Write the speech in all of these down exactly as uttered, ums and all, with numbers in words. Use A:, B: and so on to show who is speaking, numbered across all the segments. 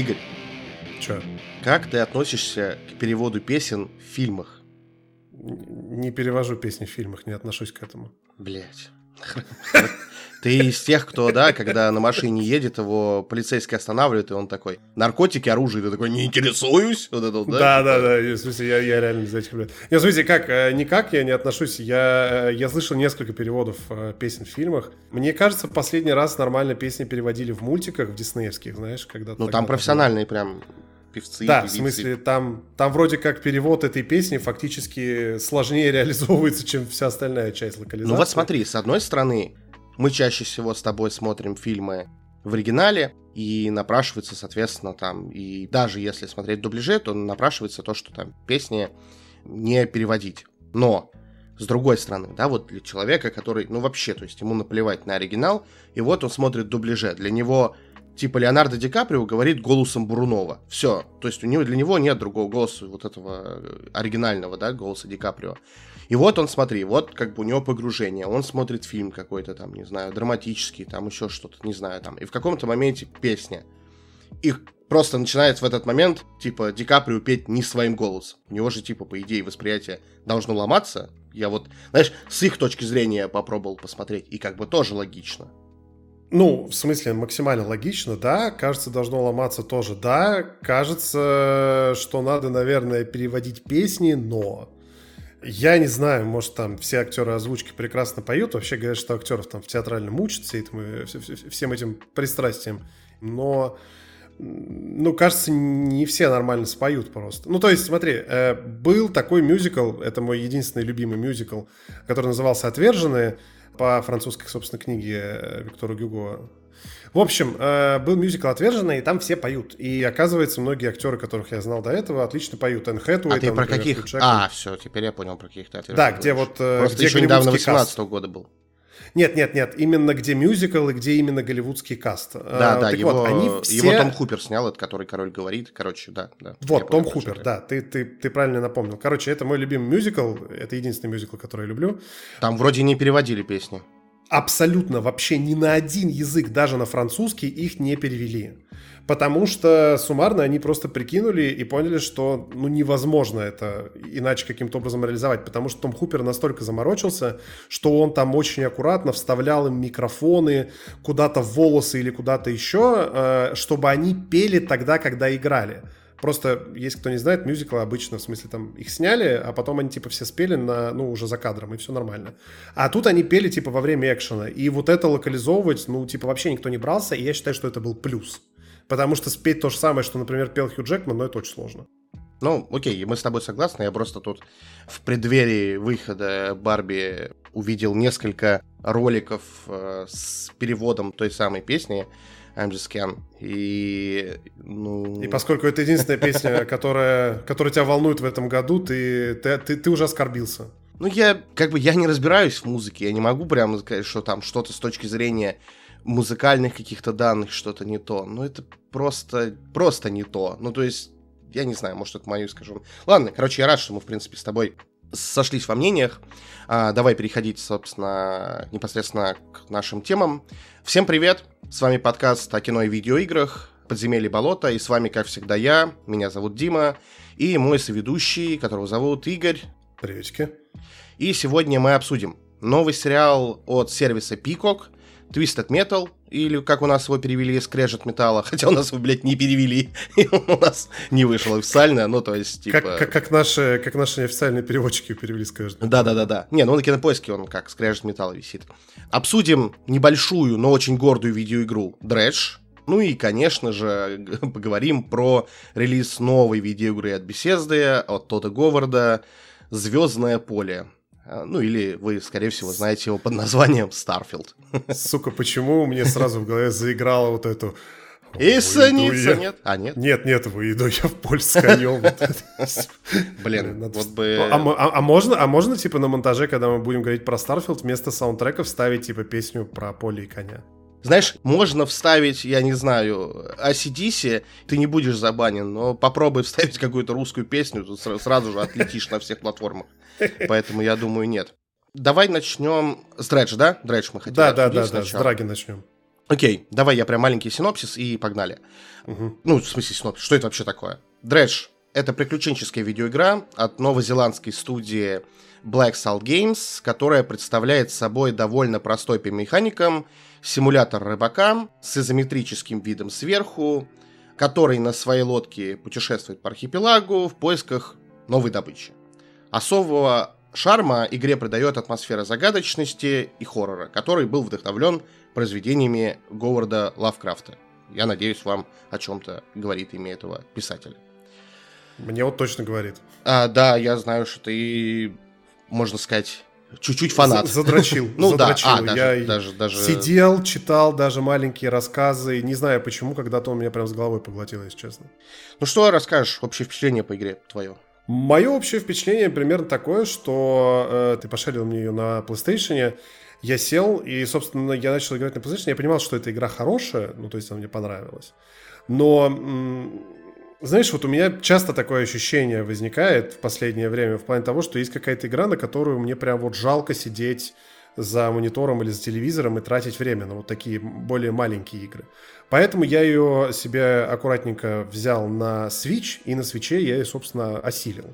A: Игорь,
B: Чё?
A: как ты относишься к переводу песен в фильмах?
B: Не перевожу песни в фильмах, не отношусь к этому.
A: Блять. Ты из тех, кто, да, когда на машине едет, его полицейский останавливает, и он такой: наркотики, оружие, и ты такой: не интересуюсь. Вот это вот, да?
B: Да, да, да, в смысле, я, я реально из этих, блядь. Не, в смысле, как, никак я не отношусь. Я, я слышал несколько переводов песен в фильмах. Мне кажется, последний раз нормально песни переводили в мультиках, в диснеевских, знаешь, когда.
A: Ну, там профессиональные прям певцы.
B: Да,
A: певицы.
B: В смысле, там, там вроде как перевод этой песни фактически сложнее реализовывается, чем вся остальная часть локализации.
A: Ну вот смотри, с одной стороны, мы чаще всего с тобой смотрим фильмы в оригинале, и напрашивается, соответственно, там, и даже если смотреть в дубляже, то напрашивается то, что там песни не переводить. Но, с другой стороны, да, вот для человека, который, ну вообще, то есть ему наплевать на оригинал, и вот он смотрит в дубляже, для него, типа, Леонардо Ди Каприо говорит голосом Бурунова. Все, то есть у него, для него нет другого голоса, вот этого оригинального, да, голоса Ди Каприо. И вот он, смотри, вот как бы у него погружение, он смотрит фильм какой-то там, не знаю, драматический, там еще что-то, не знаю, там, и в каком-то моменте песня. И просто начинает в этот момент, типа, Ди Каприо петь не своим голосом. У него же, типа, по идее, восприятие должно ломаться. Я вот, знаешь, с их точки зрения попробовал посмотреть, и как бы тоже логично.
B: Ну, в смысле, максимально логично, да. Кажется, должно ломаться тоже, да. Кажется, что надо, наверное, переводить песни, но... Я не знаю, может, там все актеры озвучки прекрасно поют. Вообще говорят, что актеров там в театральном учатся этому, всем этим пристрастием. Но, ну, кажется, не все нормально споют просто. Ну, то есть, смотри, был такой мюзикл, это мой единственный любимый мюзикл, который назывался «Отверженные», по французской, собственно, книге Виктора Гюго. В общем, был мюзикл «Отверженные», и там все поют. И, оказывается, многие актеры, которых я знал до этого, отлично поют. Энн Хэтэуэй,
A: а ты
B: там,
A: про
B: например,
A: каких? А, все, теперь я понял, про каких ты отверженных.
B: Да, где вот...
A: Просто
B: где
A: еще недавно
B: каст.
A: восемнадцатого года был.
B: Нет, нет, нет, именно где мюзикл и где именно голливудский каст.
A: Да, а, да, его, вот, они все... его Том Хупер снял, это который «Король говорит», короче, да. да
B: вот, Том понял, Хупер, да, ты, ты, ты правильно напомнил. Короче, это мой любимый мюзикл, это единственный мюзикл, который я люблю.
A: Там вроде не переводили песни.
B: Абсолютно вообще ни на один язык, даже на французский, их не перевели. Потому что суммарно они просто прикинули и поняли, что ну, невозможно это иначе каким-то образом реализовать. Потому что Том Хупер настолько заморочился, что он там очень аккуратно вставлял им микрофоны куда-то в волосы или куда-то еще, чтобы они пели тогда, когда играли. Просто, если кто не знает, мюзиклы обычно, в смысле, там их сняли, а потом они типа все спели на, ну, уже за кадром, и все нормально. А тут они пели типа во время экшена. И вот это локализовывать, ну, типа вообще никто не брался, и я считаю, что это был плюс. Потому что спеть то же самое, что, например, пел Хью Джекман, но это очень сложно.
A: Ну, окей, мы с тобой согласны. Я просто тут в преддверии выхода Барби увидел несколько роликов э, с переводом той самой песни I'm Just Ken. И, ну...
B: и поскольку это единственная песня, которая, которая тебя волнует в этом году, ты, ты, ты, ты уже оскорбился.
A: Ну, я как бы я не разбираюсь в музыке. Я не могу прямо сказать, что там что-то с точки зрения музыкальных каких-то данных что-то не то. Ну, это просто, просто не то. Ну, то есть, я не знаю, может, это мою скажу. Ладно, короче, я рад, что мы, в принципе, с тобой сошлись во мнениях. А, давай переходить, собственно, непосредственно к нашим темам. Всем привет! С вами подкаст о кино и видеоиграх «Подземелье болото». И с вами, как всегда, я. Меня зовут Дима. И мой соведущий, которого зовут Игорь.
B: Приветики.
A: И сегодня мы обсудим новый сериал от сервиса Peacock Twisted Metal, или как у нас его перевели, скрежет металла, хотя у нас его, блядь, не перевели, у нас не вышло официально, ну, то есть, типа...
B: Как, как, как, наши, как наши неофициальные переводчики перевели скрежет металла.
A: Да-да-да-да. Не, ну на Кинопоиске он как скрежет металла висит. Обсудим небольшую, но очень гордую видеоигру Dredge. Ну и, конечно же, поговорим про релиз новой видеоигры от Bethesda, от Тодда Говарда, «Звездное поле». Ну, или вы, скорее всего, знаете его под названием Starfield.
B: Сука, почему мне сразу в голове заиграло вот эту...
A: Иссаница, нет? А, нет?
B: Нет, нет, выйду я в поле с конем.
A: Блин, вот бы...
B: А можно, а можно, типа, на монтаже, когда мы будем говорить про Starfield, вместо саундтрека вставить, типа, песню про поле и коня?
A: Знаешь, можно вставить, я не знаю, эй си ди си, ты не будешь забанен, но попробуй вставить какую-то русскую песню, тут сразу же отлетишь на всех платформах. Поэтому я думаю, нет. Давай начнем с Dredge, да? Dredge мы хотели
B: да,
A: обсудить
B: да, да,
A: сначала.
B: Да, с Драги начнем.
A: Окей, давай я прям маленький синопсис и погнали.
B: Угу.
A: Ну, в смысле синопсис, что это вообще такое? Dredge — это приключенческая видеоигра от новозеландской студии Black Salt Games, которая представляет собой довольно простой по механикам симулятор рыбака с изометрическим видом сверху, который на своей лодке путешествует по архипелагу в поисках новой добычи. Особого шарма игре придает атмосфера загадочности и хоррора, который был вдохновлен произведениями Говарда Лавкрафта. Я надеюсь, вам о чем-то говорит имя этого писателя.
B: Мне вот точно говорит.
A: А, да, я знаю, что ты, можно сказать, чуть-чуть фанат.
B: Задрочил.
A: Ну да,
B: задрочил.
A: а, даже,
B: я
A: даже, даже...
B: сидел, читал даже маленькие рассказы. Не знаю почему, когда-то он меня прям с головой поглотил, если честно.
A: Ну что расскажешь, общее впечатление по игре твое?
B: Мое общее впечатление примерно такое, что э, ты пошарил мне ее на PlayStation, я сел, и, собственно, я начал играть на PlayStation, я понимал, что эта игра хорошая, ну, то есть она мне понравилась. Но, м- знаешь, вот у меня часто такое ощущение возникает в последнее время, в плане того, что есть какая-то игра, на которую мне прям вот жалко сидеть за монитором или за телевизором и тратить время на вот такие более маленькие игры. Поэтому я ее себе аккуратненько взял на Switch, и на Switch я ее, собственно, осилил.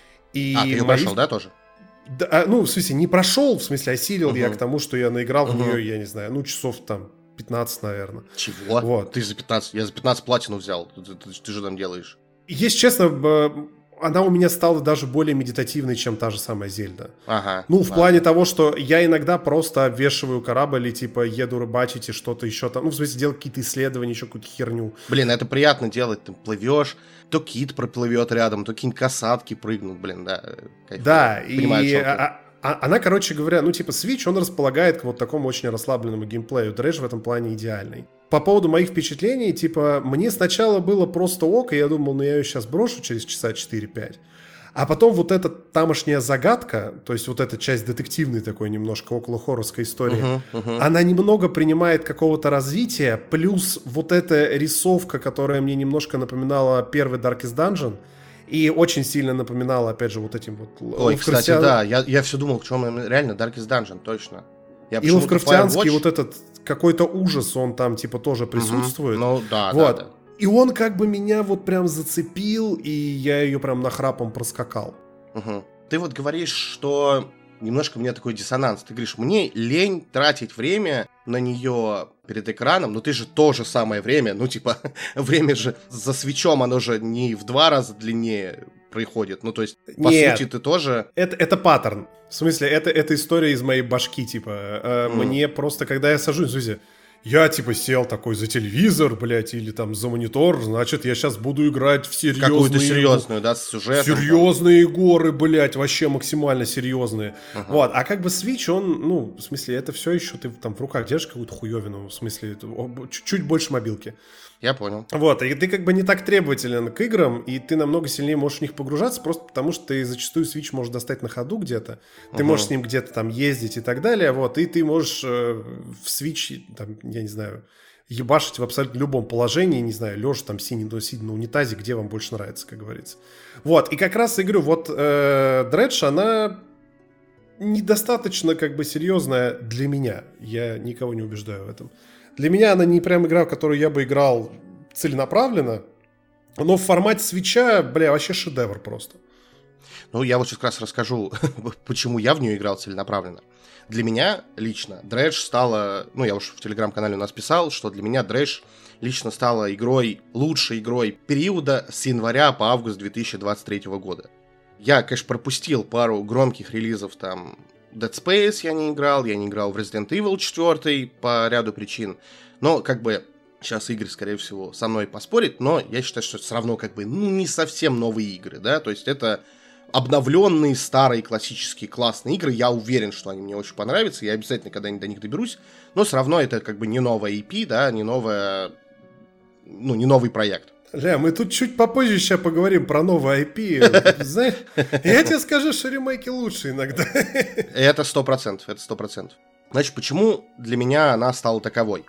B: И
A: а, ты ее
B: мои...
A: прошел, да, тоже?
B: Да, ну, в смысле, не прошел, в смысле, осилил uh-huh. я к тому, что я наиграл uh-huh. в нее, я не знаю, ну, часов там пятнадцать, наверное.
A: Чего?
B: Вот.
A: Ты за пятнадцать, я за пятнадцать платину взял, ты, ты, ты, ты же там делаешь?
B: Если честно, она у меня стала даже более медитативной, чем та же самая Зельда.
A: Ага.
B: Ну, в
A: ладно.
B: плане того, что я иногда просто обвешиваю корабль и, типа, еду рыбачить и что-то еще там. Ну, в смысле, делать какие-то исследования, еще какую-то херню.
A: Блин, это приятно делать. Ты плывешь, то кит проплывет рядом, то какие-нибудь косатки прыгнут, блин, да. Кайфово. Да,
B: Понимаю, и а, а, она, короче говоря, ну, типа, Switch, он располагает к вот такому очень расслабленному геймплею. Dredge в этом плане идеальный. По поводу моих впечатлений, типа, мне сначала было просто ок, и я думал, ну, я ее сейчас брошу через часа четыре-пять. А потом вот эта тамошняя загадка, то есть вот эта часть детективной такой немножко около-хоррорской истории, uh-huh, uh-huh. она немного принимает какого-то развития, плюс вот эта рисовка, которая мне немножко напоминала первый Darkest Dungeon, и очень сильно напоминала, опять же, вот этим вот...
A: Ой, Лавкрафтян... кстати, да, я, я все думал, в чем реально Darkest Dungeon, точно. Я
B: и лавкрафтянский вот этот какой-то ужас, он там типа тоже присутствует.
A: Uh-huh. Ну да,
B: вот.
A: да, да.
B: И он как бы меня вот прям зацепил, и я ее прям нахрапом проскакал.
A: Угу. Ты вот говоришь, что немножко у меня такой диссонанс. Ты говоришь, мне лень тратить время на нее перед экраном, но ты же то же самое время, ну типа, время же за свитчом, оно же не в два раза длиннее происходит. Ну то есть, по
B: Нет,
A: сути, ты тоже...
B: Это, это паттерн. В смысле, это, это история из моей башки, типа. Э, mm. Мне просто, когда я сажусь, в смысле, я, типа, сел такой за телевизор, блядь, или там за монитор, значит, я сейчас буду играть в серьезные...
A: Какую-то серьезную, да, с сюжетом.
B: Серьезные там. Горы, блядь, вообще максимально серьезные. Uh-huh. Вот, а как бы Switch, он, ну, в смысле, это все еще ты там в руках держишь какую-то хуевину, в смысле, чуть-чуть больше мобилки.
A: Я понял.
B: Вот, и ты как бы не так требователен к играм, и ты намного сильнее можешь в них погружаться, просто потому что ты зачастую Switch можешь достать на ходу где-то, ты uh-huh. можешь с ним где-то там ездить и так далее, вот, и ты можешь э, в Switch, там, я не знаю, ебашить в абсолютно любом положении, не знаю, лежа там, сидя, сидя на унитазе, где вам больше нравится, как говорится. Вот, и как раз я говорю, вот э, Dredge, она недостаточно как бы серьезная для меня, я никого не убеждаю в этом. Для меня она не прям игра, в которую я бы играл целенаправленно, но в формате свитча, бля, вообще шедевр просто.
A: Ну, я вот сейчас как раз расскажу, почему я в нее играл целенаправленно. Для меня лично Dredge стала, ну, я уж в телеграм-канале у нас писал, что для меня Dredge лично стала игрой, лучшей игрой периода с января по август две тысячи двадцать третьего года. Я, конечно, пропустил пару громких релизов, там, Dead Space я не играл, я не играл в Resident Evil четыре по ряду причин, но как бы сейчас Игорь, скорее всего, со мной поспорит, но я считаю, что это все равно как бы, ну, не совсем новые игры, да, то есть это обновленные, старые, классические, классные игры, я уверен, что они мне очень понравятся, я обязательно когда-нибудь до них доберусь, но все равно это как бы не новая ай пи, да, не новая, ну, не новый проект.
B: Ля, мы тут чуть попозже сейчас поговорим про новые ай пи. Знаешь, я тебе скажу, что ремейки лучше иногда.
A: Это сто процентов, это сто процентов. Значит, почему для меня она стала таковой?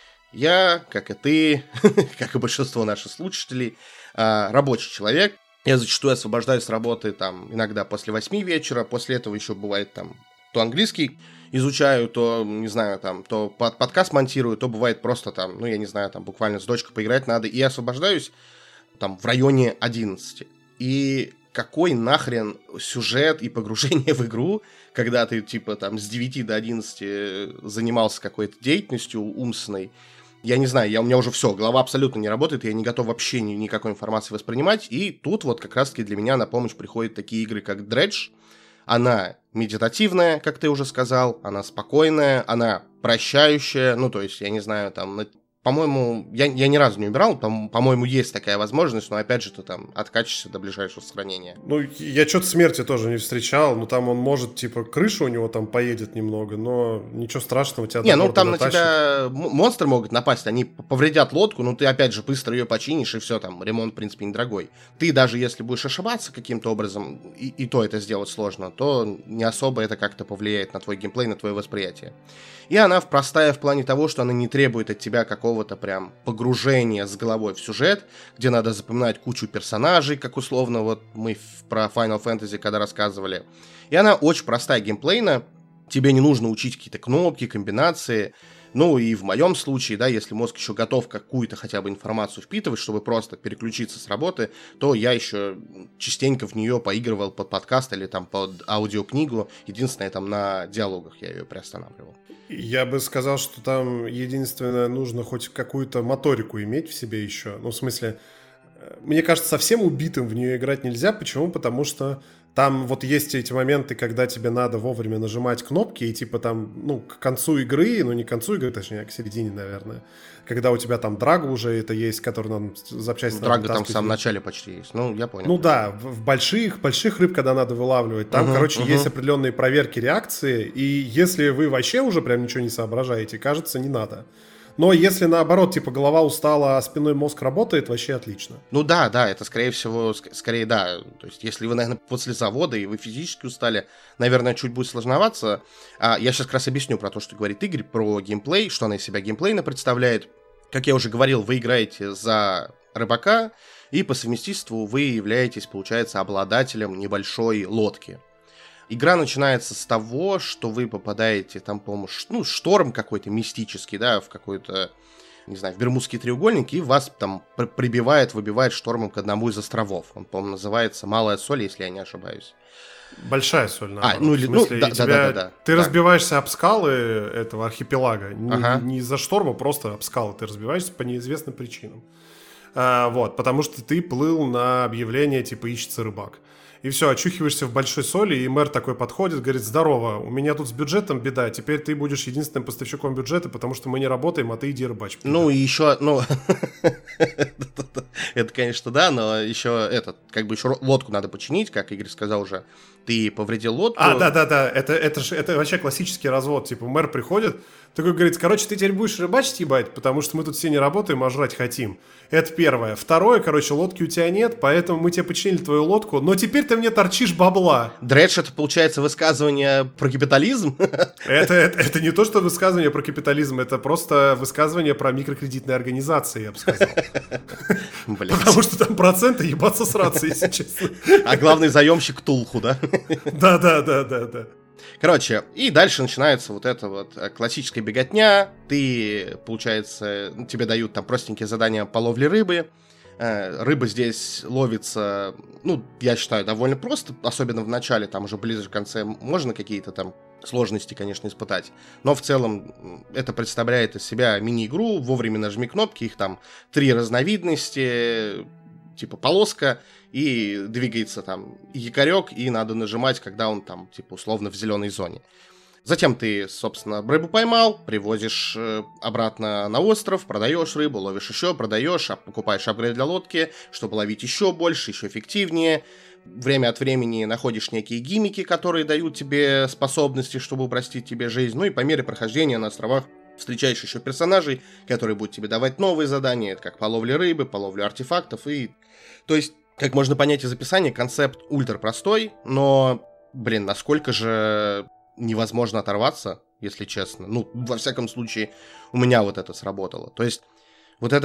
A: Я, как и ты, как и большинство наших слушателей, рабочий человек. Я зачастую освобождаюсь с работы там иногда после восьми вечера, после этого еще бывает там то английский изучаю, то, не знаю, там, то под подкаст монтирую, то бывает просто там, ну, я не знаю, там, буквально с дочкой поиграть надо, и освобождаюсь там в районе одиннадцати. И какой нахрен сюжет и погружение в игру, когда ты, типа, там, с девяти до одиннадцати занимался какой-то деятельностью умственной. Я не знаю, я, у меня уже все, голова абсолютно не работает, я не готов вообще ни, никакой информации воспринимать, и тут вот как раз-таки для меня на помощь приходят такие игры, как Dredge. Она медитативная, как ты уже сказал, она спокойная, она прощающая, ну, то есть, я не знаю, там, по-моему, я, я ни разу не убирал, там, по-моему, есть такая возможность, но, опять же, ты там откачешься до ближайшего сохранения.
B: Ну, я что-то смерти тоже не встречал, ну, там он может, типа, крыша у него там поедет немного, но ничего страшного, тебя
A: Не, ну, там на тебя монстры могут напасть, они повредят лодку, но ты, опять же, быстро ее починишь, и все, там, ремонт, в принципе, недорогой. Ты даже если будешь ошибаться каким-то образом, и, и то это сделать сложно, то не особо это как-то повлияет на твой геймплей, на твое восприятие. И она простая в плане того, что она не требует от тебя какого-то прям погружения с головой в сюжет, где надо запоминать кучу персонажей, как условно вот мы про Final Fantasy когда рассказывали. И она очень простая геймплейно, тебе не нужно учить какие-то кнопки, комбинации. Ну и в моем случае, да, если мозг еще готов какую-то хотя бы информацию впитывать, чтобы просто переключиться с работы, то я еще частенько в нее поигрывал под подкаст или там под аудиокнигу. Единственное, там на диалогах я ее приостанавливал.
B: Я бы сказал, что там единственное, нужно хоть какую-то моторику иметь в себе еще. Ну, в смысле, мне кажется, совсем убитым в нее играть нельзя. Почему? Потому что там вот есть эти моменты, когда тебе надо вовремя нажимать кнопки, и типа там, ну, к концу игры, ну, не к концу игры, точнее, а к середине, наверное, когда у тебя там драга уже это есть, который надо запчасти...
A: Драга там в самом начале почти есть, ну, я понял.
B: Ну да, в больших, больших рыб, когда надо вылавливать, там, uh-huh, короче, uh-huh. есть определенные проверки реакции, и если вы вообще уже прям ничего не соображаете, кажется, не надо. Но если наоборот, типа, голова устала, а спинной мозг работает, вообще отлично.
A: Ну да, да, это скорее всего, ск- скорее да. То есть, если вы, наверное, после завода и вы физически устали, наверное, чуть будет сложноваться. А я сейчас как раз объясню про то, что говорит Игорь, про геймплей, что она из себя геймплейно представляет. Как я уже говорил, вы играете за рыбака, и по совместительству вы являетесь, получается, обладателем небольшой лодки. Игра начинается с того, что вы попадаете, там, по-моему, ш- ну, шторм какой-то мистический, да, в какой-то, не знаю, в Бермудский треугольник, и вас там пр- прибивает, выбивает штормом к одному из островов. Он, по-моему, называется Малая Соль, если я не ошибаюсь.
B: Большая соль, наоборот.
A: А, ну, или,
B: в смысле,
A: ну, да,
B: тебя,
A: да, да, да, да.
B: Ты
A: да.
B: разбиваешься об скалы этого архипелага. Не,
A: ага.
B: не из-за шторма, просто об скалы. Ты разбиваешься по неизвестным причинам. А, вот, потому что ты плыл на объявление, типа, ищется рыбак. И все, очухиваешься в большой соли, и мэр такой подходит, говорит: здорово, у меня тут с бюджетом беда, теперь ты будешь единственным поставщиком бюджета, потому что мы не работаем, а ты иди рыбачь.
A: Ну, и еще, ну, это, конечно, да, но еще этот, как бы еще лодку надо починить, как Игорь сказал уже, ты повредил лодку.
B: А, да-да-да, это, это, же, это вообще классический развод, типа мэр приходит, такой говорит: короче, ты теперь будешь рыбачить, ебать, потому что мы тут все не работаем, а жрать хотим. Это первое. Второе, короче, лодки у тебя нет, поэтому мы тебе починили твою лодку, но теперь ты мне торчишь бабла.
A: Дредж — это, получается, высказывание про капитализм?
B: Это, это, это не то, что высказывание про капитализм, это просто высказывание про микрокредитные организации, я бы сказал. Потому что там проценты ебаться сраться, если честно.
A: А главный заемщик Тулху, да?
B: Да-да-да-да-да.
A: Короче, и дальше начинается вот эта вот классическая беготня. Ты, получается, тебе дают там простенькие задания по ловле рыбы. Рыба здесь ловится, ну, я считаю, довольно просто, особенно в начале, там уже ближе к конце можно какие-то там сложности, конечно, испытать. Но в целом это представляет из себя мини-игру, вовремя нажми кнопки, их там три разновидности, типа полоска, и двигается там якорек, и надо нажимать, когда он там, типа, условно в зеленой зоне. Затем ты, собственно, рыбу поймал, привозишь обратно на остров, продаешь рыбу, ловишь еще, продаешь, покупаешь апгрейд для лодки, чтобы ловить еще больше, еще эффективнее. Время от времени находишь некие гиммики, которые дают тебе способности, чтобы упростить тебе жизнь. Ну и по мере прохождения на островах встречаешь еще персонажей, которые будут тебе давать новые задания, это как по ловле рыбы, по ловле артефактов. И... То есть, как можно понять из описания, концепт ультра простой, но, блин, насколько же невозможно оторваться, если честно. Ну, во всяком случае, у меня вот это сработало. То есть, вот это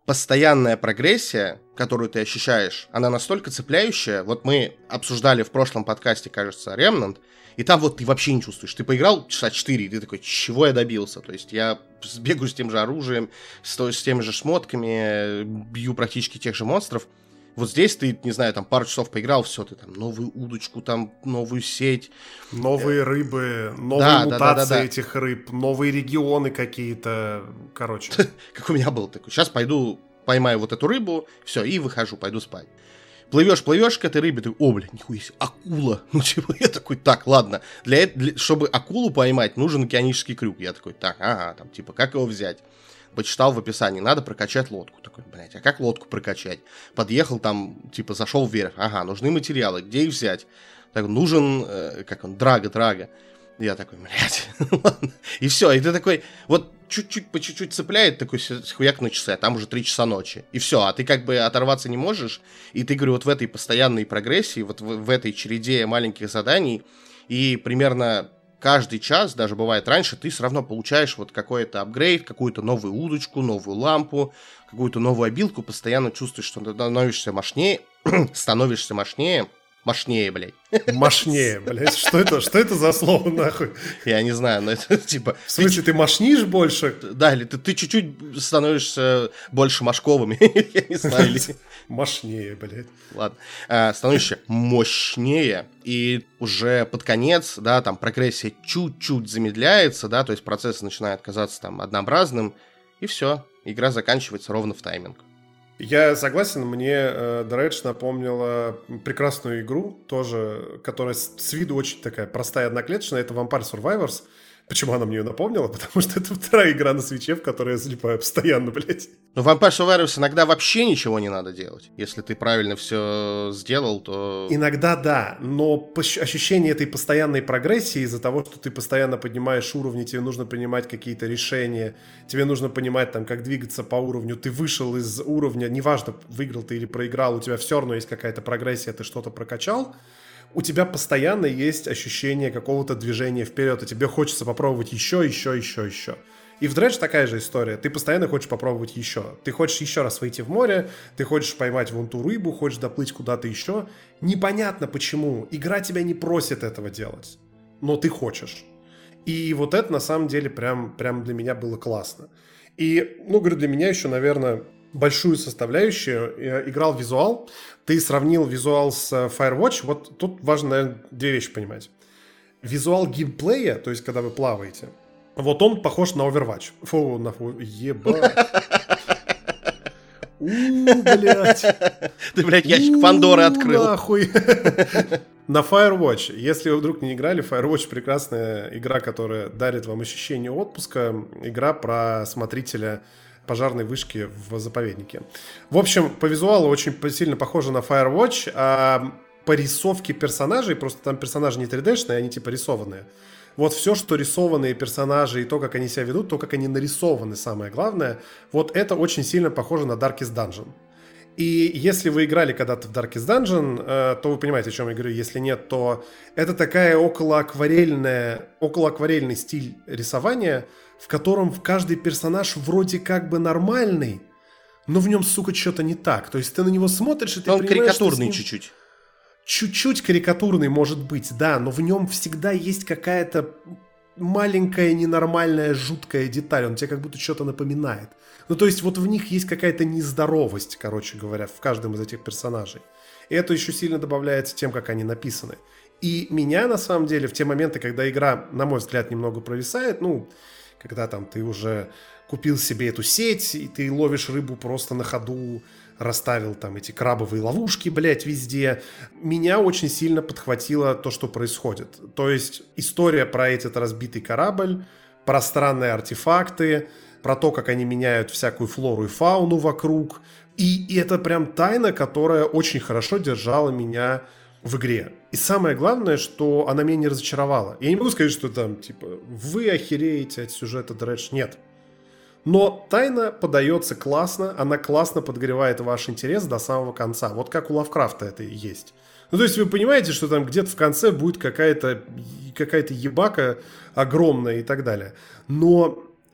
A: постоянная прогрессия, которую ты ощущаешь, она настолько цепляющая. Вот мы обсуждали в прошлом подкасте, кажется, Remnant, и там вот ты вообще не чувствуешь. Ты поиграл часа четыре, и ты такой, чего я добился? То есть я бегаю с тем же оружием, с, с теми же шмотками, бью практически тех же монстров. Вот здесь ты, не знаю, там пару часов поиграл, все, ты там новую удочку, там новую сеть.
B: Новые рыбы, новые
A: да,
B: мутации
A: да, да, да, да.
B: этих рыб, новые регионы какие-то, короче.
A: Как у меня был такой, сейчас пойду поймаю вот эту рыбу, все, и выхожу, пойду спать. Плывешь, плывешь к этой рыбе, ты, о, бля, нихуя себе, акула. Ну, типа, я такой, так, ладно, для, для, чтобы акулу поймать, нужен океанический крюк. Я такой, так, ага, там, типа, как его взять? Почитал в описании, надо прокачать лодку. Такой, блядь, а как лодку прокачать? Подъехал там, типа, зашел вверх. Ага, нужны материалы, где их взять? Так, нужен, э, как он, драга, драга. Я такой, блядь, ладно. И все, и ты такой, вот чуть-чуть по чуть-чуть цепляет, такой хуяк на часы, а там уже три часа ночи. И все, а ты как бы оторваться не можешь. И ты, говорю, вот в этой постоянной прогрессии, вот в, в этой череде маленьких заданий, и примерно... Каждый час, даже бывает раньше, ты все равно получаешь вот какой-то апгрейд, какую-то новую удочку, новую лампу, какую-то новую обилку, постоянно чувствуешь, что ты становишься мощнее, становишься мощнее, мощнее, блядь.
B: Мощнее, блядь, что это, что это за слово, нахуй?
A: Я не знаю, но это типа...
B: В смысле, ты мощнишь больше?
A: Да, или ты, ты чуть-чуть становишься больше мошковыми, я не знаю. Или...
B: Мощнее, блядь.
A: Ладно. А, становишься мощнее, и уже под конец, да, там прогрессия чуть-чуть замедляется, да, то есть процесс начинает казаться там однообразным, и все, игра заканчивается ровно в тайминг.
B: Я согласен, мне э, Dredge напомнила прекрасную игру, тоже, которая с, с виду очень такая простая и одноклеточная, это Vampire Survivors. Почему она мне ее напомнила? Потому что это вторая игра на Свитче, в которой я залипаю постоянно, блядь.
A: Но в Vampire Survivors иногда вообще ничего не надо делать. Если ты правильно все сделал, то...
B: Иногда да, но ощущение этой постоянной прогрессии из-за того, что ты постоянно поднимаешь уровни, тебе нужно принимать какие-то решения, тебе нужно понимать, там, как двигаться по уровню, ты вышел из уровня, неважно, выиграл ты или проиграл, у тебя все равно есть какая-то прогрессия, ты что-то прокачал, у тебя постоянно есть ощущение какого-то движения вперед, и тебе хочется попробовать еще, еще, еще, еще. И в Dredge такая же история. Ты постоянно хочешь попробовать еще. Ты хочешь еще раз выйти в море, ты хочешь поймать вон ту рыбу, хочешь доплыть куда-то еще. Непонятно почему. Игра тебя не просит этого делать. Но ты хочешь. И вот это на самом деле прям, прям для меня было классно. И, ну, говорю, для меня еще, наверное, большую составляющую я играл в визуал. Ты сравнил визуал с Firewatch. Вот тут важно, наверное, две вещи понимать. Визуал геймплея, то есть когда вы плаваете, вот он похож на Overwatch. Фу, нахуй, ебать. Ууу, блядь.
A: Ты, блядь, ящик Пандоры открыл.
B: Нахуй. На Firewatch. Если вы вдруг не играли, Firewatch прекрасная игра, которая дарит вам ощущение отпуска. Игра про смотрителя пожарной вышки в заповеднике. В общем, по визуалу очень сильно похоже на Firewatch, а по рисовке персонажей, просто там персонажи не три дэ-шные, они типа рисованные. Вот все, что рисованные персонажи и то, как они себя ведут, то, как они нарисованы, самое главное, вот это очень сильно похоже на Darkest Dungeon. И если вы играли когда-то в Darkest Dungeon, то вы понимаете, о чем я говорю. Если нет, то это такая околоакварельная, околоакварельный стиль рисования, в котором каждый персонаж вроде как бы нормальный, но в нем, сука, что-то не так. То есть ты на него смотришь, и ты
A: он
B: понимаешь,
A: карикатурный
B: ним...
A: чуть-чуть.
B: Чуть-чуть карикатурный может быть, да, но в нем всегда есть какая-то маленькая, ненормальная, жуткая деталь. Он тебе как будто что-то напоминает. Ну, то есть вот в них есть какая-то нездоровость, короче говоря, в каждом из этих персонажей. И это еще сильно добавляется тем, как они написаны. И меня, на самом деле, в те моменты, когда игра, на мой взгляд, немного провисает, ну, когда там ты уже купил себе эту сеть, и ты ловишь рыбу просто на ходу, расставил там эти крабовые ловушки, блядь, везде. Меня очень сильно подхватило то, что происходит. То есть история про этот разбитый корабль, про странные артефакты, про то, как они меняют всякую флору и фауну вокруг. И, и это прям тайна, которая очень хорошо держала меня в игре. И самое главное, что она меня не разочаровала. Я не могу сказать, что там, типа, вы охереете от сюжета Dredge. Нет. Но тайна подается классно, она классно подогревает ваш интерес до самого конца. Вот как у Лавкрафта это и есть. Ну, то есть вы понимаете, что там где-то в конце будет какая-то, какая-то ебака огромная и так далее. Но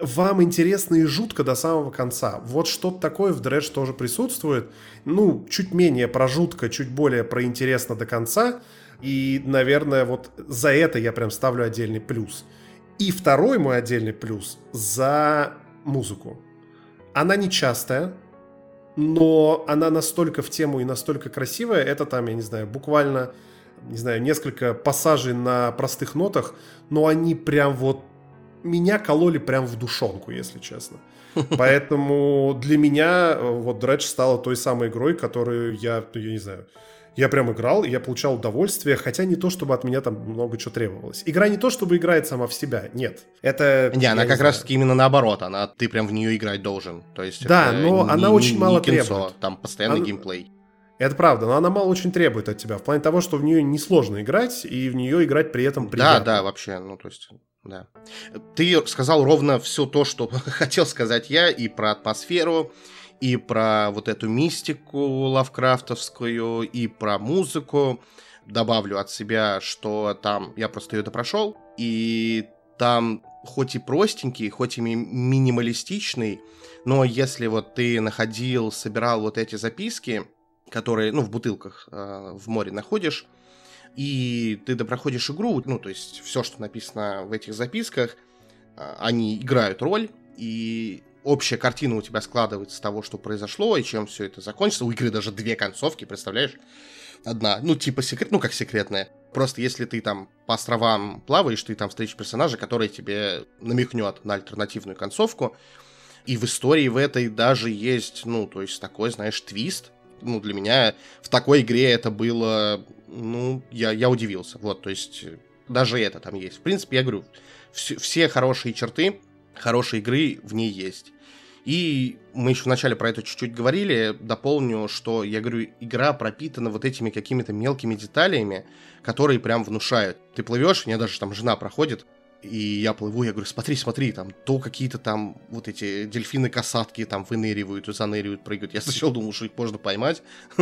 B: вам интересно и жутко до самого конца. Вот что-то такое в Dredge тоже присутствует. Ну, чуть менее про жутко, чуть более про интересно до конца. И, наверное, вот за это я прям ставлю отдельный плюс. И второй мой отдельный плюс за музыку. Она не частая, но она настолько в тему и настолько красивая. Это там, я не знаю, буквально, не знаю, несколько пассажей на простых нотах, но они прям вот меня кололи прям в душонку, если честно. Поэтому для меня вот Dredge стала той самой игрой, которую я, я не знаю, я прям играл, и я получал удовольствие, хотя не то, чтобы от меня там много чего требовалось. Игра не то, чтобы играет сама в себя, нет. Это...
A: Не, она
B: не
A: как
B: знаю.
A: раз-таки именно наоборот, она, ты прям в нее играть должен. То есть
B: да,
A: это
B: но
A: не,
B: она
A: не,
B: очень
A: не,
B: мало
A: не кинцо,
B: требует.
A: Там постоянный
B: она...
A: геймплей.
B: Это правда, но она мало очень требует от тебя, в плане того, что в нее несложно играть, и в нее играть при этом приятно.
A: Да, да, вообще, ну то есть... Да. Ты сказал ровно все то, что хотел сказать я, и про атмосферу, и про вот эту мистику лавкрафтовскую, и про музыку. Добавлю от себя, что там я просто ее допрошел, и там хоть и простенький, хоть и ми- минималистичный, но если вот ты находил, собирал вот эти записки, которые, ну, в бутылках э, в море находишь, и ты допроходишь игру, ну, то есть все, что написано в этих записках, э, они играют роль, и общая картина у тебя складывается с того, что произошло, и чем все это закончится. У игры даже две концовки, представляешь? Одна, ну, типа секрет, ну, как секретная. Просто если ты там по островам плаваешь, ты там встретишь персонажа, который тебе намекнет на альтернативную концовку. И в истории в этой даже есть, ну, то есть такой, знаешь, твист. Ну, для меня в такой игре это было, ну, я, я удивился. Вот, то есть даже это там есть. В принципе, я говорю, все, все хорошие черты хорошей игры в ней есть. И мы еще вначале про это чуть-чуть говорили, дополню, что, я говорю, игра пропитана вот этими какими-то мелкими деталями, которые прям внушают. Ты плывешь, у меня даже там жена проходит, и я плыву, я говорю, смотри, смотри, там, то какие-то там вот эти дельфины-касатки там выныривают, заныривают, прыгают. Я сначала думал, что их можно поймать,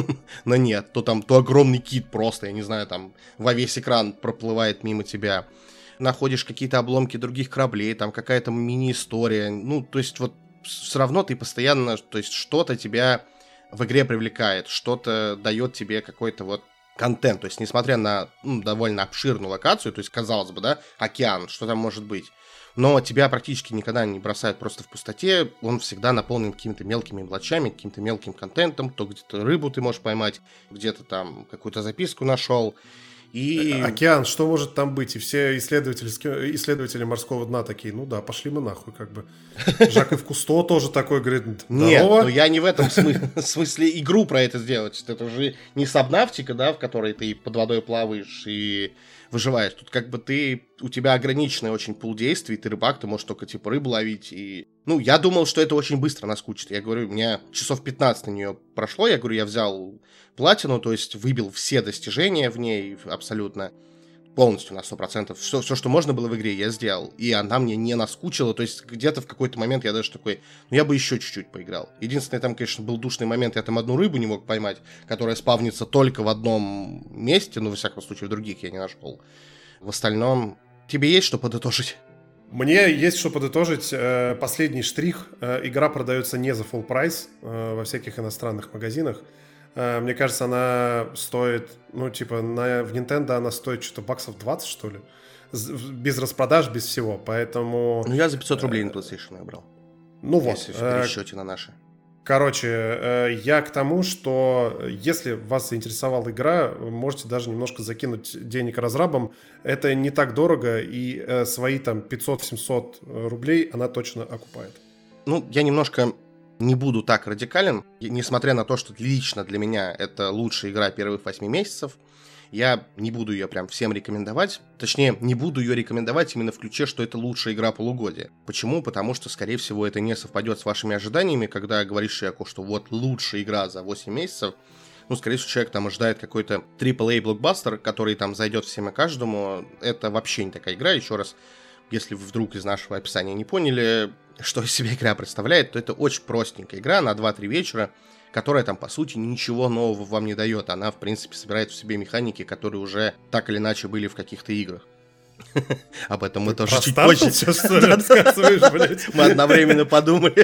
A: но нет, то там, то огромный кит просто, я не знаю, там, во весь экран проплывает мимо тебя. Находишь какие-то обломки других кораблей, там какая-то мини-история, ну, то есть вот все равно ты постоянно, то есть что-то тебя в игре привлекает, что-то дает тебе какой-то вот контент, то есть несмотря на ну, довольно обширную локацию, то есть казалось бы, да, океан, что там может быть, но тебя практически никогда не бросают просто в пустоте, он всегда наполнен какими-то мелькими мелочами, каким-то мелким контентом, то где-то рыбу ты можешь поймать, где-то там какую-то записку нашел. И...
B: Океан, что может там быть? И все исследователи, исследователи морского дна такие, ну да, пошли мы нахуй, как бы. Жак-Ив Кусто тоже такой, говорит, здорово.
A: Нет, но я не в этом смысле, в смысле игру про это сделать. Это же не сабнавтика, да, в которой ты под водой плаваешь и выживаешь. Тут как бы ты, у тебя ограниченный очень пул действий, ты рыбак, ты можешь только типа рыбу ловить. И... Ну, я думал, что это очень быстро наскучит. Я говорю, у меня часов пятнадцать на нее прошло, я говорю, я взял платину, то есть выбил все достижения в ней абсолютно, полностью на сто процентов. Все, все, что можно было в игре, я сделал. И она мне не наскучила, то есть где-то в какой-то момент я даже такой, ну я бы еще чуть-чуть поиграл. Единственное, там, конечно, был душный момент, я там одну рыбу не мог поймать, которая спавнится только в одном месте, ну, во всяком случае, в других я не нашел. В остальном, тебе есть что подытожить?
B: Мне есть что подытожить. Последний штрих. Игра продается не за full прайс во всяких иностранных магазинах. Мне кажется, она стоит, ну, типа, на, в Nintendo она стоит что-то баксов двадцать, что ли? Без распродаж, без всего, поэтому...
A: Ну, я за пятьсот рублей на PlayStation набрал.
B: Ну вот.
A: Если в пересчете на наши.
B: Короче, я к тому, что если вас заинтересовала игра, можете даже немножко закинуть денег разрабам. Это не так дорого, и свои там пятьсот-семьсот рублей она точно окупает.
A: Ну, я немножко не буду так радикален. Несмотря на то, что лично для меня это лучшая игра первых восьми месяцев, я не буду ее прям всем рекомендовать. Точнее, не буду ее рекомендовать именно в ключе, что это лучшая игра полугодия. Почему? Потому что, скорее всего, это не совпадет с вашими ожиданиями, когда говоришь человеку, что вот лучшая игра за восемь месяцев. Ну, скорее всего, человек там ожидает какой-то трипл эй блокбастер, который там зайдет всем и каждому. Это вообще не такая игра. Еще раз, если вы вдруг из нашего описания не поняли, что из себя игра представляет, то это очень простенькая игра на два-три вечера, которая там, по сути, ничего нового вам не дает. Она, в принципе, собирает в себе механики, которые уже так или иначе были в каких-то играх. Об этом мы тоже
B: Про
A: чуть позже
B: сейчас, что ли, рассказываешь, блядь?
A: мы одновременно подумали.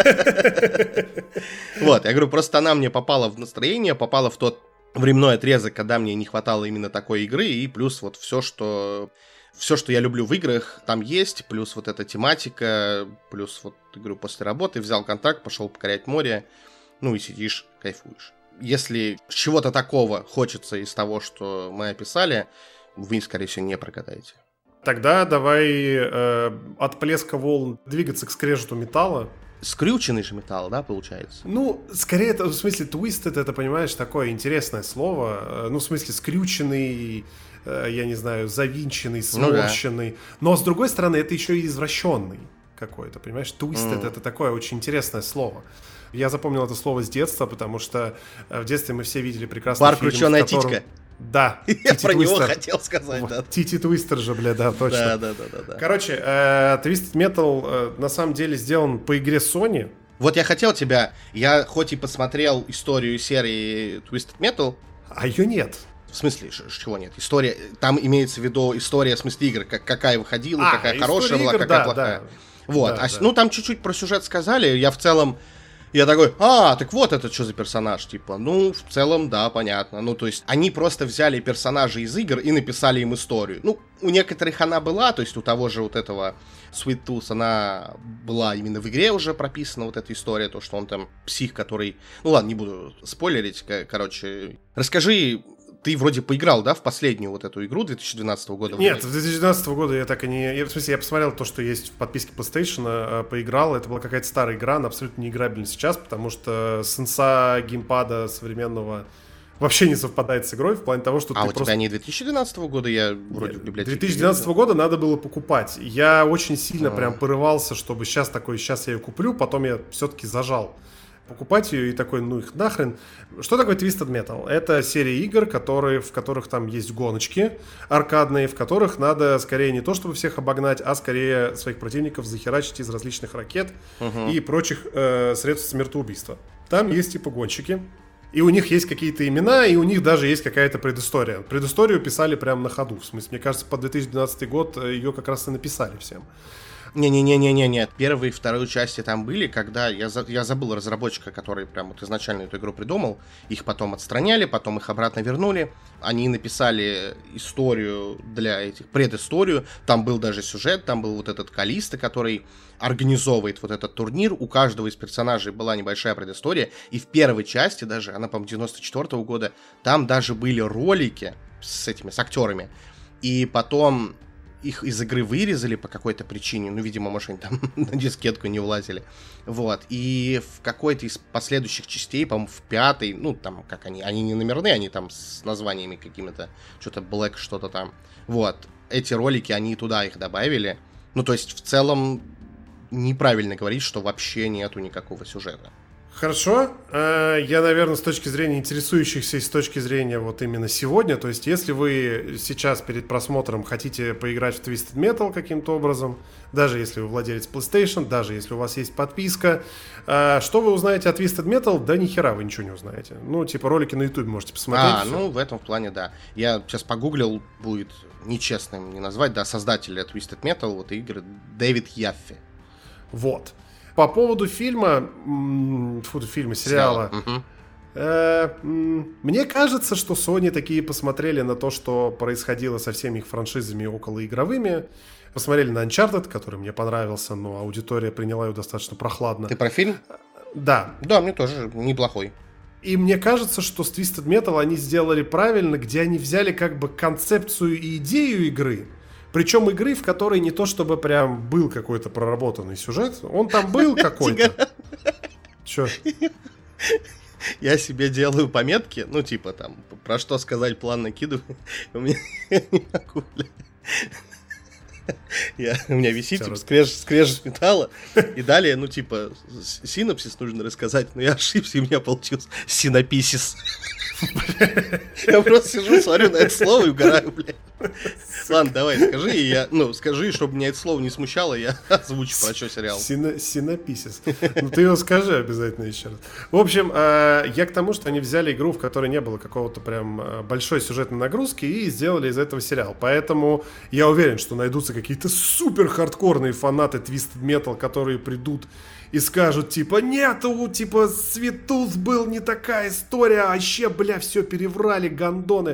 A: Вот, я говорю, просто она мне попала в настроение, попала в тот временной отрезок, когда мне не хватало именно такой игры, и плюс вот все, что... Все, что я люблю в играх, там есть, плюс вот эта тематика, плюс вот, говорю, после работы взял контракт, пошел покорять море, ну и сидишь, кайфуешь. Если чего-то такого хочется из того, что мы описали, вы, скорее всего, не прогадаете.
B: Тогда давай э, от плеска волн двигаться к скрежету металла.
A: Скрюченный же металл, да, получается?
B: Ну, скорее, это, в смысле, twisted, это, понимаешь, такое интересное слово. Ну, в смысле, скрюченный, э, я не знаю, завинченный, сморщенный. Ну, да. Но, с другой стороны, это еще и извращенный какой-то, понимаешь? Twisted mm. — это такое очень интересное слово. Я запомнил это слово с детства, потому что в детстве мы все видели прекрасный
A: Бар
B: фильм,
A: «Крученая
B: котором...
A: титька».
B: Да.
A: Я про него хотел сказать, да.
B: Тити Твистер же, бля, да, точно.
A: Да, да, да, да.
B: Короче, Twisted Metal на самом деле сделан по игре Sony.
A: Вот я хотел тебя, я хоть и посмотрел историю серии Twisted Metal.
B: А ее нет.
A: В смысле, чего нет? История, там имеется в виду история, в смысле игр, как, какая выходила, а, какая хорошая была, игр, какая да, плохая. Да. Вот, да, а, да. Ну там чуть-чуть про сюжет сказали, я в целом, я такой, а, так вот это что за персонаж, типа, ну, в целом, да, понятно. Ну, то есть, они просто взяли персонажей из игр и написали им историю. Ну, у некоторых она была, то есть, у того же вот этого Sweet Tooth, она была именно в игре уже прописана, вот эта история, то, что он там псих, который... Ну, ладно, не буду спойлерить, короче. Расскажи... Ты вроде поиграл, да, в последнюю вот эту игру две тысячи двенадцатого года?
B: Нет, в две тысячи двенадцатого года я так и не... Я, в смысле, я посмотрел то, что есть в подписке PlayStation, поиграл. Это была какая-то старая игра, она абсолютно неиграбельна сейчас, потому что сенса геймпада современного вообще не совпадает с игрой в плане того, что
A: а
B: ты
A: у
B: просто...
A: тебя не две тысячи двенадцатого года, я вроде в библиотеке...
B: две тысячи двенадцатого года надо было покупать. Я очень сильно а. прям порывался, чтобы сейчас такой, сейчас я ее куплю, потом я все-таки зажал покупать ее и такой, ну их нахрен. Что такое Twisted Metal? Это серия игр, которые, в которых там есть гоночки аркадные, в которых надо скорее не то, чтобы всех обогнать, а скорее своих противников захерачить из различных ракет uh-huh. и прочих э, средств смертоубийства. Там есть типа гонщики, и у них есть какие-то имена, и у них даже есть какая-то предыстория. Предысторию писали прямо на ходу. В смысле, мне кажется, по две тысячи двенадцатый год ее как раз и написали всем.
A: Не-не-не-не-не, первой и второй части там были, когда я, за, я забыл разработчика, который прям вот изначально эту игру придумал, их потом отстраняли, потом их обратно вернули, они написали историю для этих, предысторию, там был даже сюжет, там был вот этот Калиста, который организовывает вот этот турнир, у каждого из персонажей была небольшая предыстория, и в первой части даже, она, по-моему, девяносто четвёртого года, там даже были ролики с этими, с актерами, и потом... Их из игры вырезали по какой-то причине. Ну, видимо, может, они там на дискетку не влазили. Вот. И в какой-то из последующих частей, по-моему, в пятой, ну, там, как они, они не номерные, они там с названиями какими-то, что-то Black, что-то там. Вот. Эти ролики, они туда их добавили. Ну, то есть, в целом, неправильно говорить, что вообще нету никакого сюжета.
B: Хорошо. Я, наверное, с точки зрения интересующихся и с точки зрения вот именно сегодня, то есть если вы сейчас перед просмотром хотите поиграть в Twisted Metal каким-то образом, даже если вы владелец PlayStation, даже если у вас есть подписка, что вы узнаете о Twisted Metal? Да ни хера вы ничего не узнаете. Ну, типа ролики на YouTube можете посмотреть.
A: А, все. Ну, в этом плане, да. Я сейчас погуглил, будет нечестным не назвать, да, создателя Twisted Metal, вот игры Дэвид Яффе.
B: Вот. По поводу фильма, фу, фильма, сериала,
A: угу.
B: э, мне кажется, что Sony такие посмотрели на то, что происходило со всеми их франшизами околоигровыми, посмотрели на Uncharted, который мне понравился, но аудитория приняла его достаточно прохладно.
A: Ты про фильм?
B: Да.
A: Да, мне тоже неплохой.
B: И мне кажется, что с Twisted Metal они сделали правильно, где они взяли как бы концепцию и идею игры, причем игры, в которой не то чтобы прям был какой-то проработанный сюжет, он там был какой-то. Чё?
A: Я себе делаю пометки, ну типа там, про что сказать, план накидываю. У меня не могу, Я, у меня висит, типа, скрежет, скрежет металла. И далее, ну, типа, синопсис нужно рассказать, но я ошибся, и у меня получился синописис. Я просто сижу, смотрю на это слово и угораю, блядь. Ладно, давай, скажи, и я, ну, скажи, чтобы меня это слово не смущало, я озвучу, про что сериал.
B: Синописис. Ну, ты его скажи обязательно еще раз. В общем, я к тому, что они взяли игру, в которой не было какого-то прям большой сюжетной нагрузки, и сделали из этого сериал. Поэтому я уверен, что найдутся какие-то супер хардкорные фанаты Twisted Metal, которые придут и скажут, типа, нету, типа, Sweet Tooth был не такая история, а вообще, бля, все переврали, гандоны.